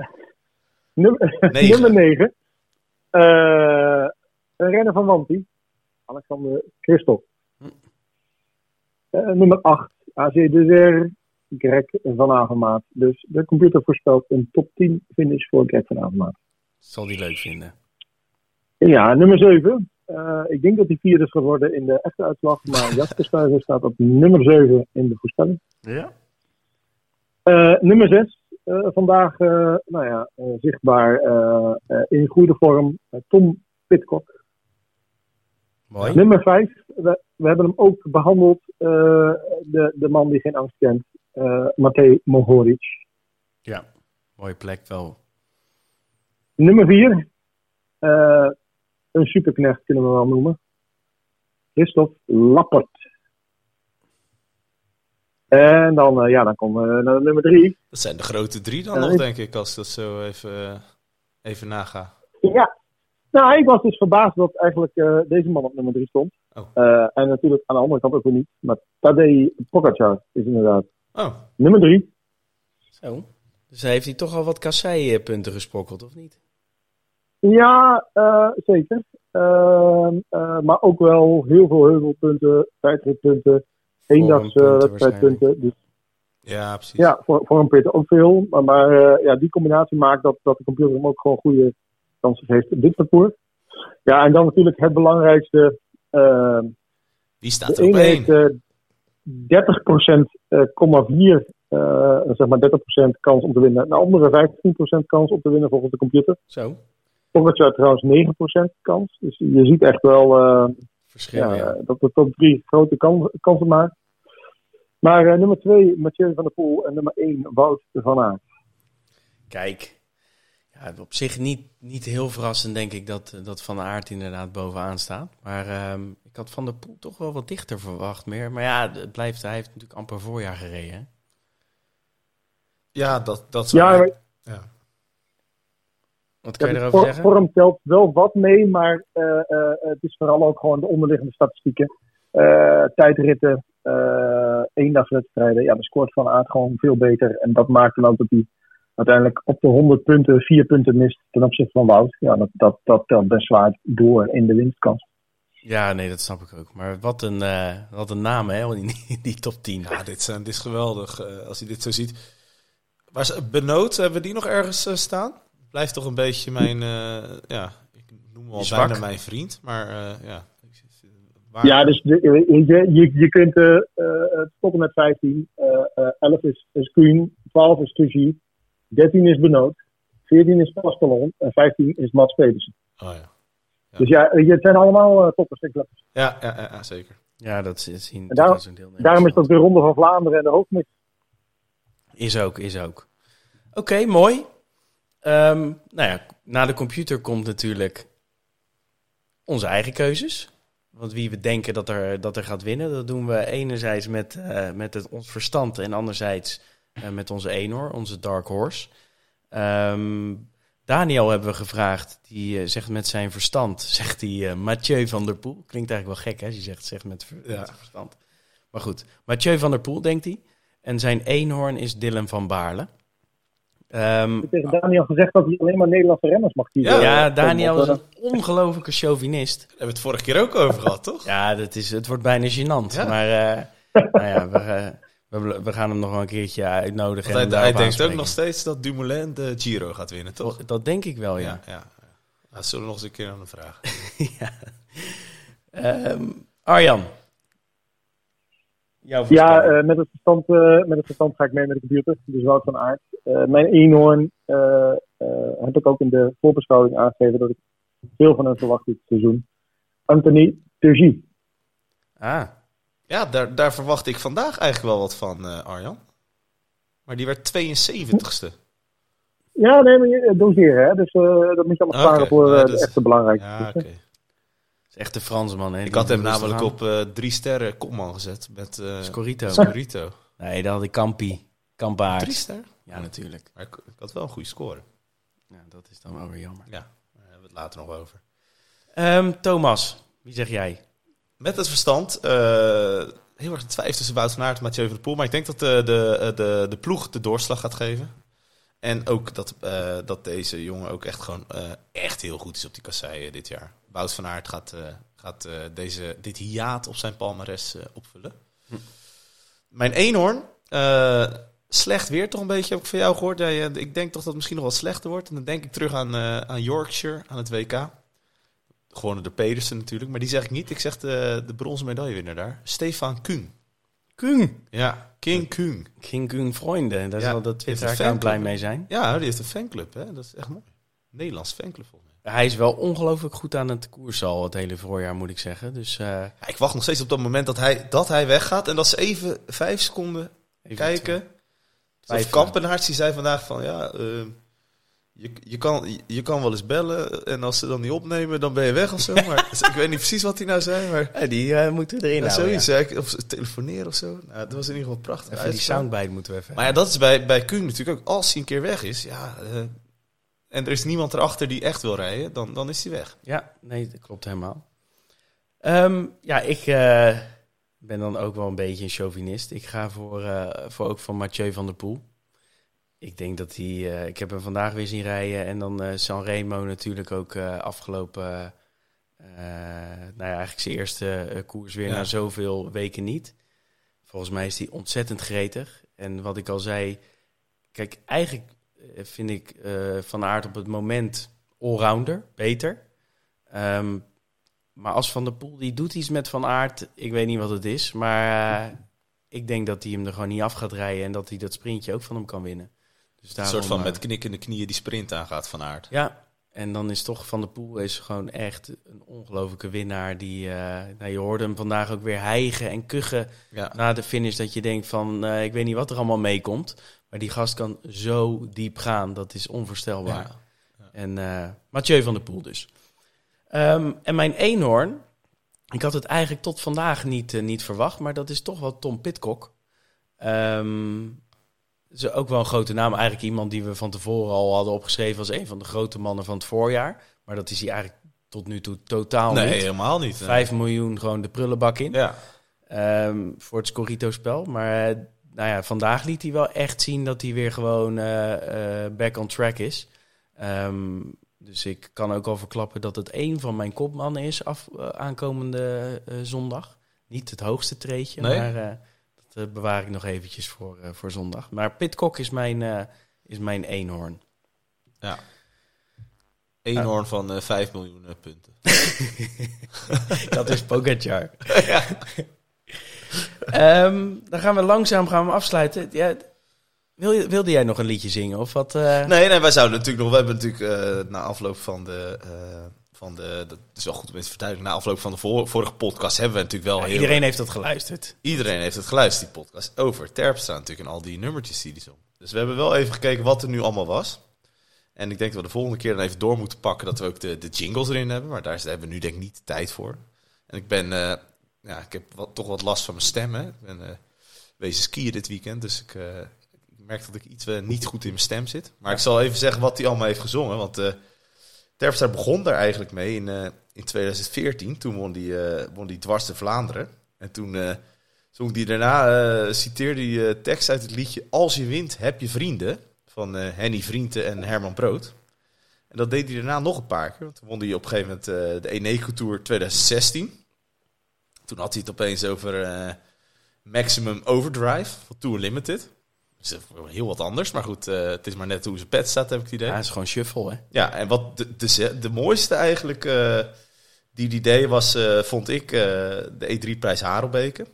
Nummer 9. Een renner van Wanty. Alexander Christophe. Nummer 8. AC Desert. Greg van Avermaat. Dus de computer voorspelt een top 10 finish voor Greg van Avermaat. Zal die leuk vinden. Ja, nummer 7. Ik denk dat hij 4 is geworden in de echte uitslag. Maar Jasper Stuyven staat op nummer 7 in de voorspelling. Ja. Nummer 6. Vandaag zichtbaar in goede vorm. Tom Pidcock. Mooi. Nummer 5. We hebben hem ook behandeld. De man die geen angst kent. Matej Mohoric. Ja, mooie plek wel. Nummer 4. Een superknecht kunnen we wel noemen. Christophe Lappert. En dan komen we naar nummer 3. Dat zijn de grote 3 dan nog, denk ik, als ik dat zo even naga. Ja. Nou, ik was dus verbaasd dat eigenlijk deze man op nummer 3 stond. Oh. En natuurlijk aan de andere kant ook weer niet. Maar Tadej Pogacar is inderdaad nummer 3. Zo. Dus heeft hij toch al wat kassei-punten gesprokkeld, of niet? Ja, zeker. Maar ook wel heel veel heuvelpunten, tijdritpunten, eendagswedstrijdpunten. Dus, ja, precies. Ja, voor een Peter ook veel. Maar die combinatie maakt dat de computer hem ook gewoon goede kansen heeft op dit parcours. Ja, en dan natuurlijk het belangrijkste. Wie staat er op 1? Heeft 30,4 zeg maar 30% kans om te winnen. De andere 15% kans om te winnen volgens de computer. Zo. Pogacar trouwens 9% kans. Dus je ziet echt wel verschil, dat de top 3 grote kansen maakt. Maar nummer 2 Mathieu van der Poel en nummer 1 Wout van Aert. Kijk, ja, op zich niet heel verrassend denk ik dat Van Aert inderdaad bovenaan staat. Maar ik had Van der Poel toch wel wat dichter verwacht meer. Maar ja, hij heeft natuurlijk amper voorjaar gereden. Hè? Ja, dat ja. Wat kan je erover zeggen? Vorm telt wel wat mee, maar het is vooral ook gewoon de onderliggende statistieken. Tijdritten, eendagswedstrijden. Ja, de scoort Van Aert gewoon veel beter. En dat maakt dan ook dat hij uiteindelijk op de 100 punten 4 punten mist ten opzichte van Wout. Ja, dat telt best zwaar door in de winstkans. Ja, nee, dat snap ik ook. Maar wat een naam, hè, die top 10. Ja, dit is geweldig als je dit zo ziet. Benoot, hebben we die nog ergens staan? Blijft toch een beetje mijn, ik noem hem al bijna mijn vriend, maar waar... Ja, dus je kunt stoppen met 15, 11 is Kuhn, 12 is Tugy, 13 is Benoot, 14 is Pascalon en 15 is Mats Pedersen. Oh ja. Dus ja, het zijn allemaal toppers. Ja, zeker. Ja, dat zien. Daarom is dat de Ronde van Vlaanderen en de hoofdmix. Is ook. Oké, mooi. Na de computer komt natuurlijk onze eigen keuzes. Want wie we denken dat er gaat winnen, dat doen we enerzijds met ons verstand en anderzijds met onze eenhoorn, onze dark horse. Daniel hebben we gevraagd. Die zegt met zijn verstand, zegt hij Mathieu van der Poel. Klinkt eigenlijk wel gek, hè? Als je zegt met zijn verstand. Maar goed, Mathieu van der Poel, denkt hij. En zijn eenhoorn is Dylan van Baarle. Ik heb tegen Daniel gezegd dat hij alleen maar Nederlandse renners mag kiezen. Ja, Daniel is een ongelofelijke chauvinist. Daar hebben we het vorige keer ook over gehad, toch? Ja, het wordt bijna gênant. Ja. Maar we gaan hem nog wel een keertje uitnodigen. Want hij denkt ook nog steeds dat Dumoulin de Giro gaat winnen, toch? Dat denk ik wel, ja. Dat zullen we nog eens een keer aan de vraag. Arjan. Met het verstand ga ik mee met de computer. Dus Wout van Aert. Mijn eenhoorn heb ik ook in de voorbeschouwing aangegeven dat ik veel van hem verwacht dit seizoen. Anthony Turgis. Ja, daar verwacht ik vandaag eigenlijk wel wat van, Arjan. Maar die werd 72ste. Ja, nee, maar je doseren, hè. Dus dat moet je allemaal sparen voor de echte belangrijkste. Ja, oké. Is echt de Fransman, hè? Ik had hem namelijk op 3 sterren kopman gezet met Scorito. Nee, dan had ik Kampaard. 3 sterren? Ja, natuurlijk. Maar ik had wel een goede score. Ja, dat is dan wel weer jammer. Ja, daar hebben we het later nog over. Thomas, wie zeg jij? Met het verstand, heel erg twijfel tussen Wout van Aert en Mathieu van der Poel. Maar ik denk dat de ploeg de doorslag gaat geven. En ook dat deze jongen ook echt gewoon echt heel goed is op die kasseien dit jaar. Wout van Aert gaat dit hiaat op zijn palmares opvullen. Mijn eenhoorn, slecht weer toch een beetje, heb ik van jou gehoord. Ja, ik denk toch dat het misschien nog wat slechter wordt. En dan denk ik terug aan Yorkshire, aan het WK. Gewonnen door Pedersen natuurlijk, maar die zeg ik niet. Ik zeg de bronzen medaillewinnaar daar. Stefan Küng. Küng? Ja, King Küng. King Küng vrienden, daar zal de Twitter-account blij mee zijn. Ja, die heeft een fanclub, hè? Dat is echt mooi. Nederlands fanclub volgens mij. Hij is wel ongelooflijk goed aan het koersen al het hele voorjaar, moet ik zeggen. Dus, ik wacht nog steeds op dat moment dat hij weggaat en dat ze even 5 seconden kijken. Kampenaerts die zei vandaag van je kan wel eens bellen en als ze dan niet opnemen, dan ben je weg of zo. Maar ik weet niet precies wat hij nou zei. Maar die moeten we erin houden. Zoiets, of telefoneren of zo. Nou, dat was in ieder geval prachtig. Even die soundbite moeten we even. Maar ja, dat is bij Küng natuurlijk ook. Als hij een keer weg is, en er is niemand erachter die echt wil rijden, dan is hij weg. Ja, nee, dat klopt helemaal. Ik ben dan ook wel een beetje een chauvinist. Ik ga voor ook van Mathieu van der Poel. Ik denk dat hij... ik heb hem vandaag weer zien rijden. En dan Sanremo natuurlijk ook afgelopen... eigenlijk zijn eerste koers weer na zoveel weken niet. Volgens mij is hij ontzettend gretig. En wat ik al zei... Kijk, eigenlijk vind ik Van Aert op het moment allrounder, beter. Maar als Van der Poel, die doet iets met Van Aert... Ik weet niet wat het is, maar ik denk dat hij hem er gewoon niet af gaat rijden... en dat hij dat sprintje ook van hem kan winnen. Dus daarom, een soort van met knikkende knieën die sprint aangaat Van Aert. Ja, en dan is toch Van der Poel is gewoon echt een ongelofelijke winnaar. Je hoorde hem vandaag ook weer hijgen en kuchen na de finish. Dat je denkt van, ik weet niet wat er allemaal meekomt. Maar die gast kan zo diep gaan, dat is onvoorstelbaar. Ja. En Mathieu van der Poel dus. En mijn eenhoorn, ik had het eigenlijk tot vandaag niet verwacht. Maar dat is toch wel Tom Pidcock. Is ook wel een grote naam. Eigenlijk iemand die we van tevoren al hadden opgeschreven als een van de grote mannen van het voorjaar. Maar dat is hij eigenlijk tot nu toe totaal niet. Nee, helemaal niet. 5 miljoen gewoon de prullenbak in. Ja. Voor het Scorito-spel. Maar vandaag liet hij wel echt zien dat hij weer gewoon back on track is. Dus ik kan ook al verklappen dat het een van mijn kopmannen is aankomende zondag. Niet het hoogste treedje, maar... Dat bewaar ik nog eventjes voor zondag. Maar Pidcock is mijn eenhoorn. Ja. Eenhoorn van 5 miljoen punten. Dat is Pogacar. Ja. Dan gaan we langzaam afsluiten. Ja, wilde jij nog een liedje zingen? Of wat? Nee, wij zouden natuurlijk nog... We hebben natuurlijk na afloop van de... dat is wel goed om eens te verduidelijken. Na afloop van de vorige podcast hebben we natuurlijk wel... Iedereen heeft dat geluisterd. Iedereen heeft het geluisterd, die podcast. Over Terpstra natuurlijk en al die nummertjes die zo. Dus we hebben wel even gekeken wat er nu allemaal was. En ik denk dat we de volgende keer dan even door moeten pakken... dat we ook de jingles erin hebben. Maar daar hebben we nu denk ik niet de tijd voor. En ik ben... ik heb toch wat last van mijn stem. Hè? Ik ben wezen skiën dit weekend. Dus ik merk dat ik iets niet goed in mijn stem zit. Maar ik zal even zeggen wat hij allemaal heeft gezongen. Want Terpstra begon daar eigenlijk mee in 2014. Toen won die Dwars de Vlaanderen. En toen zong hij daarna, citeerde hij tekst uit het liedje Als je wint, heb je vrienden. Van Henny Vrienden en Herman Brood. En dat deed hij daarna nog een paar keer. Want toen won hij op een gegeven moment de Eneco Tour 2016. Toen had hij het opeens over Maximum Overdrive van Tour Limited. Dus heel wat anders, maar goed, het is maar net hoe zijn pet staat, heb ik het idee. Ja, het is gewoon shuffle, hè? Ja, en wat de mooiste eigenlijk die deed was, vond ik, de E3-prijs Harelbeke.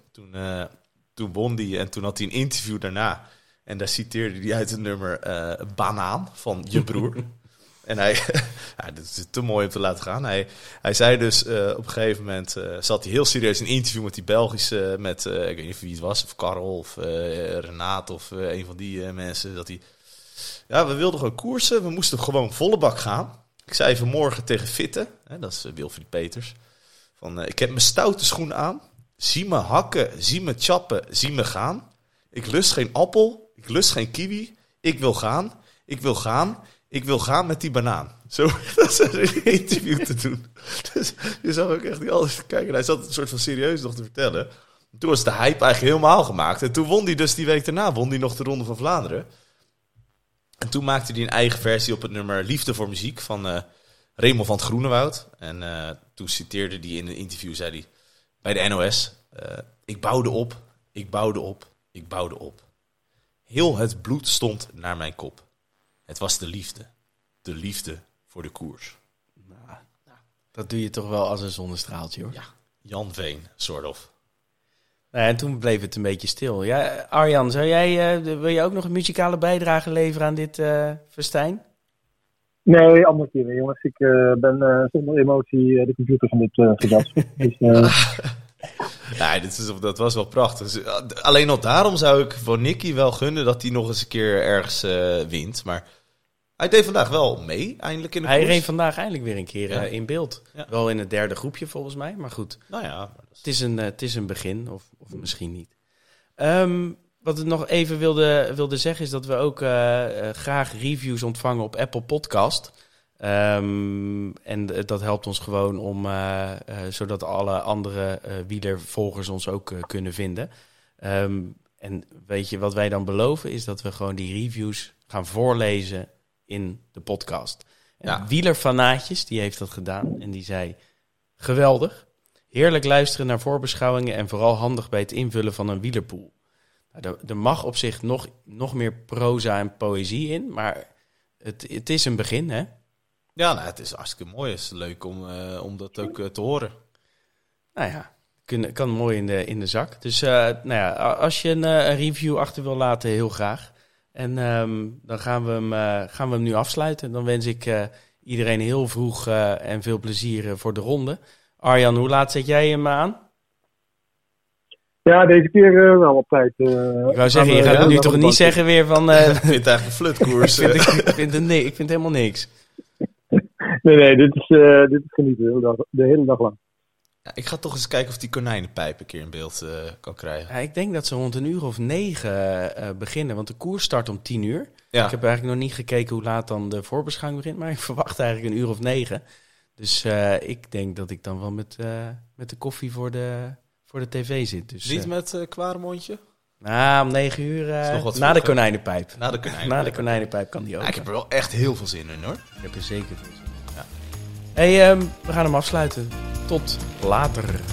Toen won die en toen had hij een interview daarna. En daar citeerde hij uit het nummer Banaan van Je Broer. En hij, ja, dit is te mooi om te laten gaan. Hij zei dus op een gegeven moment, zat hij heel serieus in een interview met die Belgische, met, ik weet niet wie het was, of Karel of Renaat of een van die mensen. Dat hij, ja, we wilden gewoon koersen, we moesten gewoon volle bak gaan. Ik zei vanmorgen tegen Fitte, dat is Wilfried Peters, van ik heb mijn stoute schoenen aan. Zie me hakken, zie me chappen, zie me gaan. Ik lust geen appel, ik lust geen kiwi. Ik wil gaan, ik wil gaan. Ik wil gaan met die banaan. Zo, dat is een interview te doen. Dus je zag ook echt niet alles kijken. Hij zat een soort van serieus nog te vertellen. Toen was de hype eigenlijk helemaal gemaakt. En toen won hij dus die week daarna won hij nog de Ronde van Vlaanderen. En toen maakte hij een eigen versie op het nummer Liefde voor Muziek van Raymond van het Groenewoud. En toen citeerde hij in een interview, zei hij bij de NOS. Ik bouwde op, ik bouwde op, ik bouwde op. Heel het bloed stond naar mijn kop. Het was de liefde voor de koers. Nou, dat doe je toch wel als een zonnestraaltje, hoor. Ja, Jan Veen, soort of. Nou, en toen bleef het een beetje stil. Ja, Arjan, wil je ook nog een muzikale bijdrage leveren aan dit festijn? Nee, andere keer weer, jongens. Ik ben zonder emotie de computer van dit verdat. Dus, nee, dat was wel prachtig. Alleen al daarom zou ik voor Nicky wel gunnen dat hij nog eens een keer ergens wint. Maar hij deed vandaag wel mee, eindelijk in de koers. Hij reed vandaag eindelijk weer een keer in beeld. Ja. Wel in het derde groepje volgens mij, maar goed. Nou ja. Het is een begin, of misschien niet. Wat ik nog even wilde zeggen is dat we ook graag reviews ontvangen op Apple Podcast. En dat helpt ons gewoon om, zodat alle andere wielervolgers ons ook kunnen vinden. En weet je, wat wij dan beloven is dat we gewoon die reviews gaan voorlezen in de podcast. Ja. Wielerfanaatjes, die heeft dat gedaan en die zei, geweldig, heerlijk luisteren naar voorbeschouwingen en vooral handig bij het invullen van een wielerpool. Nou, er mag op zich nog meer proza en poëzie in, maar het is een begin, hè? Ja, nou, het is hartstikke mooi. Het is leuk om dat ook te horen. Nou ja, kan mooi in de zak. Dus als je een review achter wil laten, heel graag. En dan gaan we hem nu afsluiten. Dan wens ik iedereen heel vroeg en veel plezier voor de ronde. Arjan, hoe laat zet jij hem aan? Ja, deze keer wel op tijd. Ik wou zeggen, je gaat het nu toch niet zeggen weer van... Ik vind het eigenlijk een flutkoers. ik vind helemaal niks. Nee, dit is genieten de hele dag lang. Ja, ik ga toch eens kijken of die konijnenpijp een keer in beeld kan krijgen. Ja, ik denk dat ze rond 9:00 beginnen, want de koers start om 10:00. Ja. Ik heb eigenlijk nog niet gekeken hoe laat dan de voorbeschouwing begint, maar ik verwacht eigenlijk 9:00. Dus ik denk dat ik dan wel met de koffie voor de tv zit. Dus, niet met Kwaremondje? Nou, om 9:00 na de konijnenpijp. Na de konijnenpijp kan die ook. Ja, ik heb er wel echt heel veel zin in, hoor. Ik heb er zeker veel zin in. Ja. Hey, we gaan hem afsluiten. Tot later.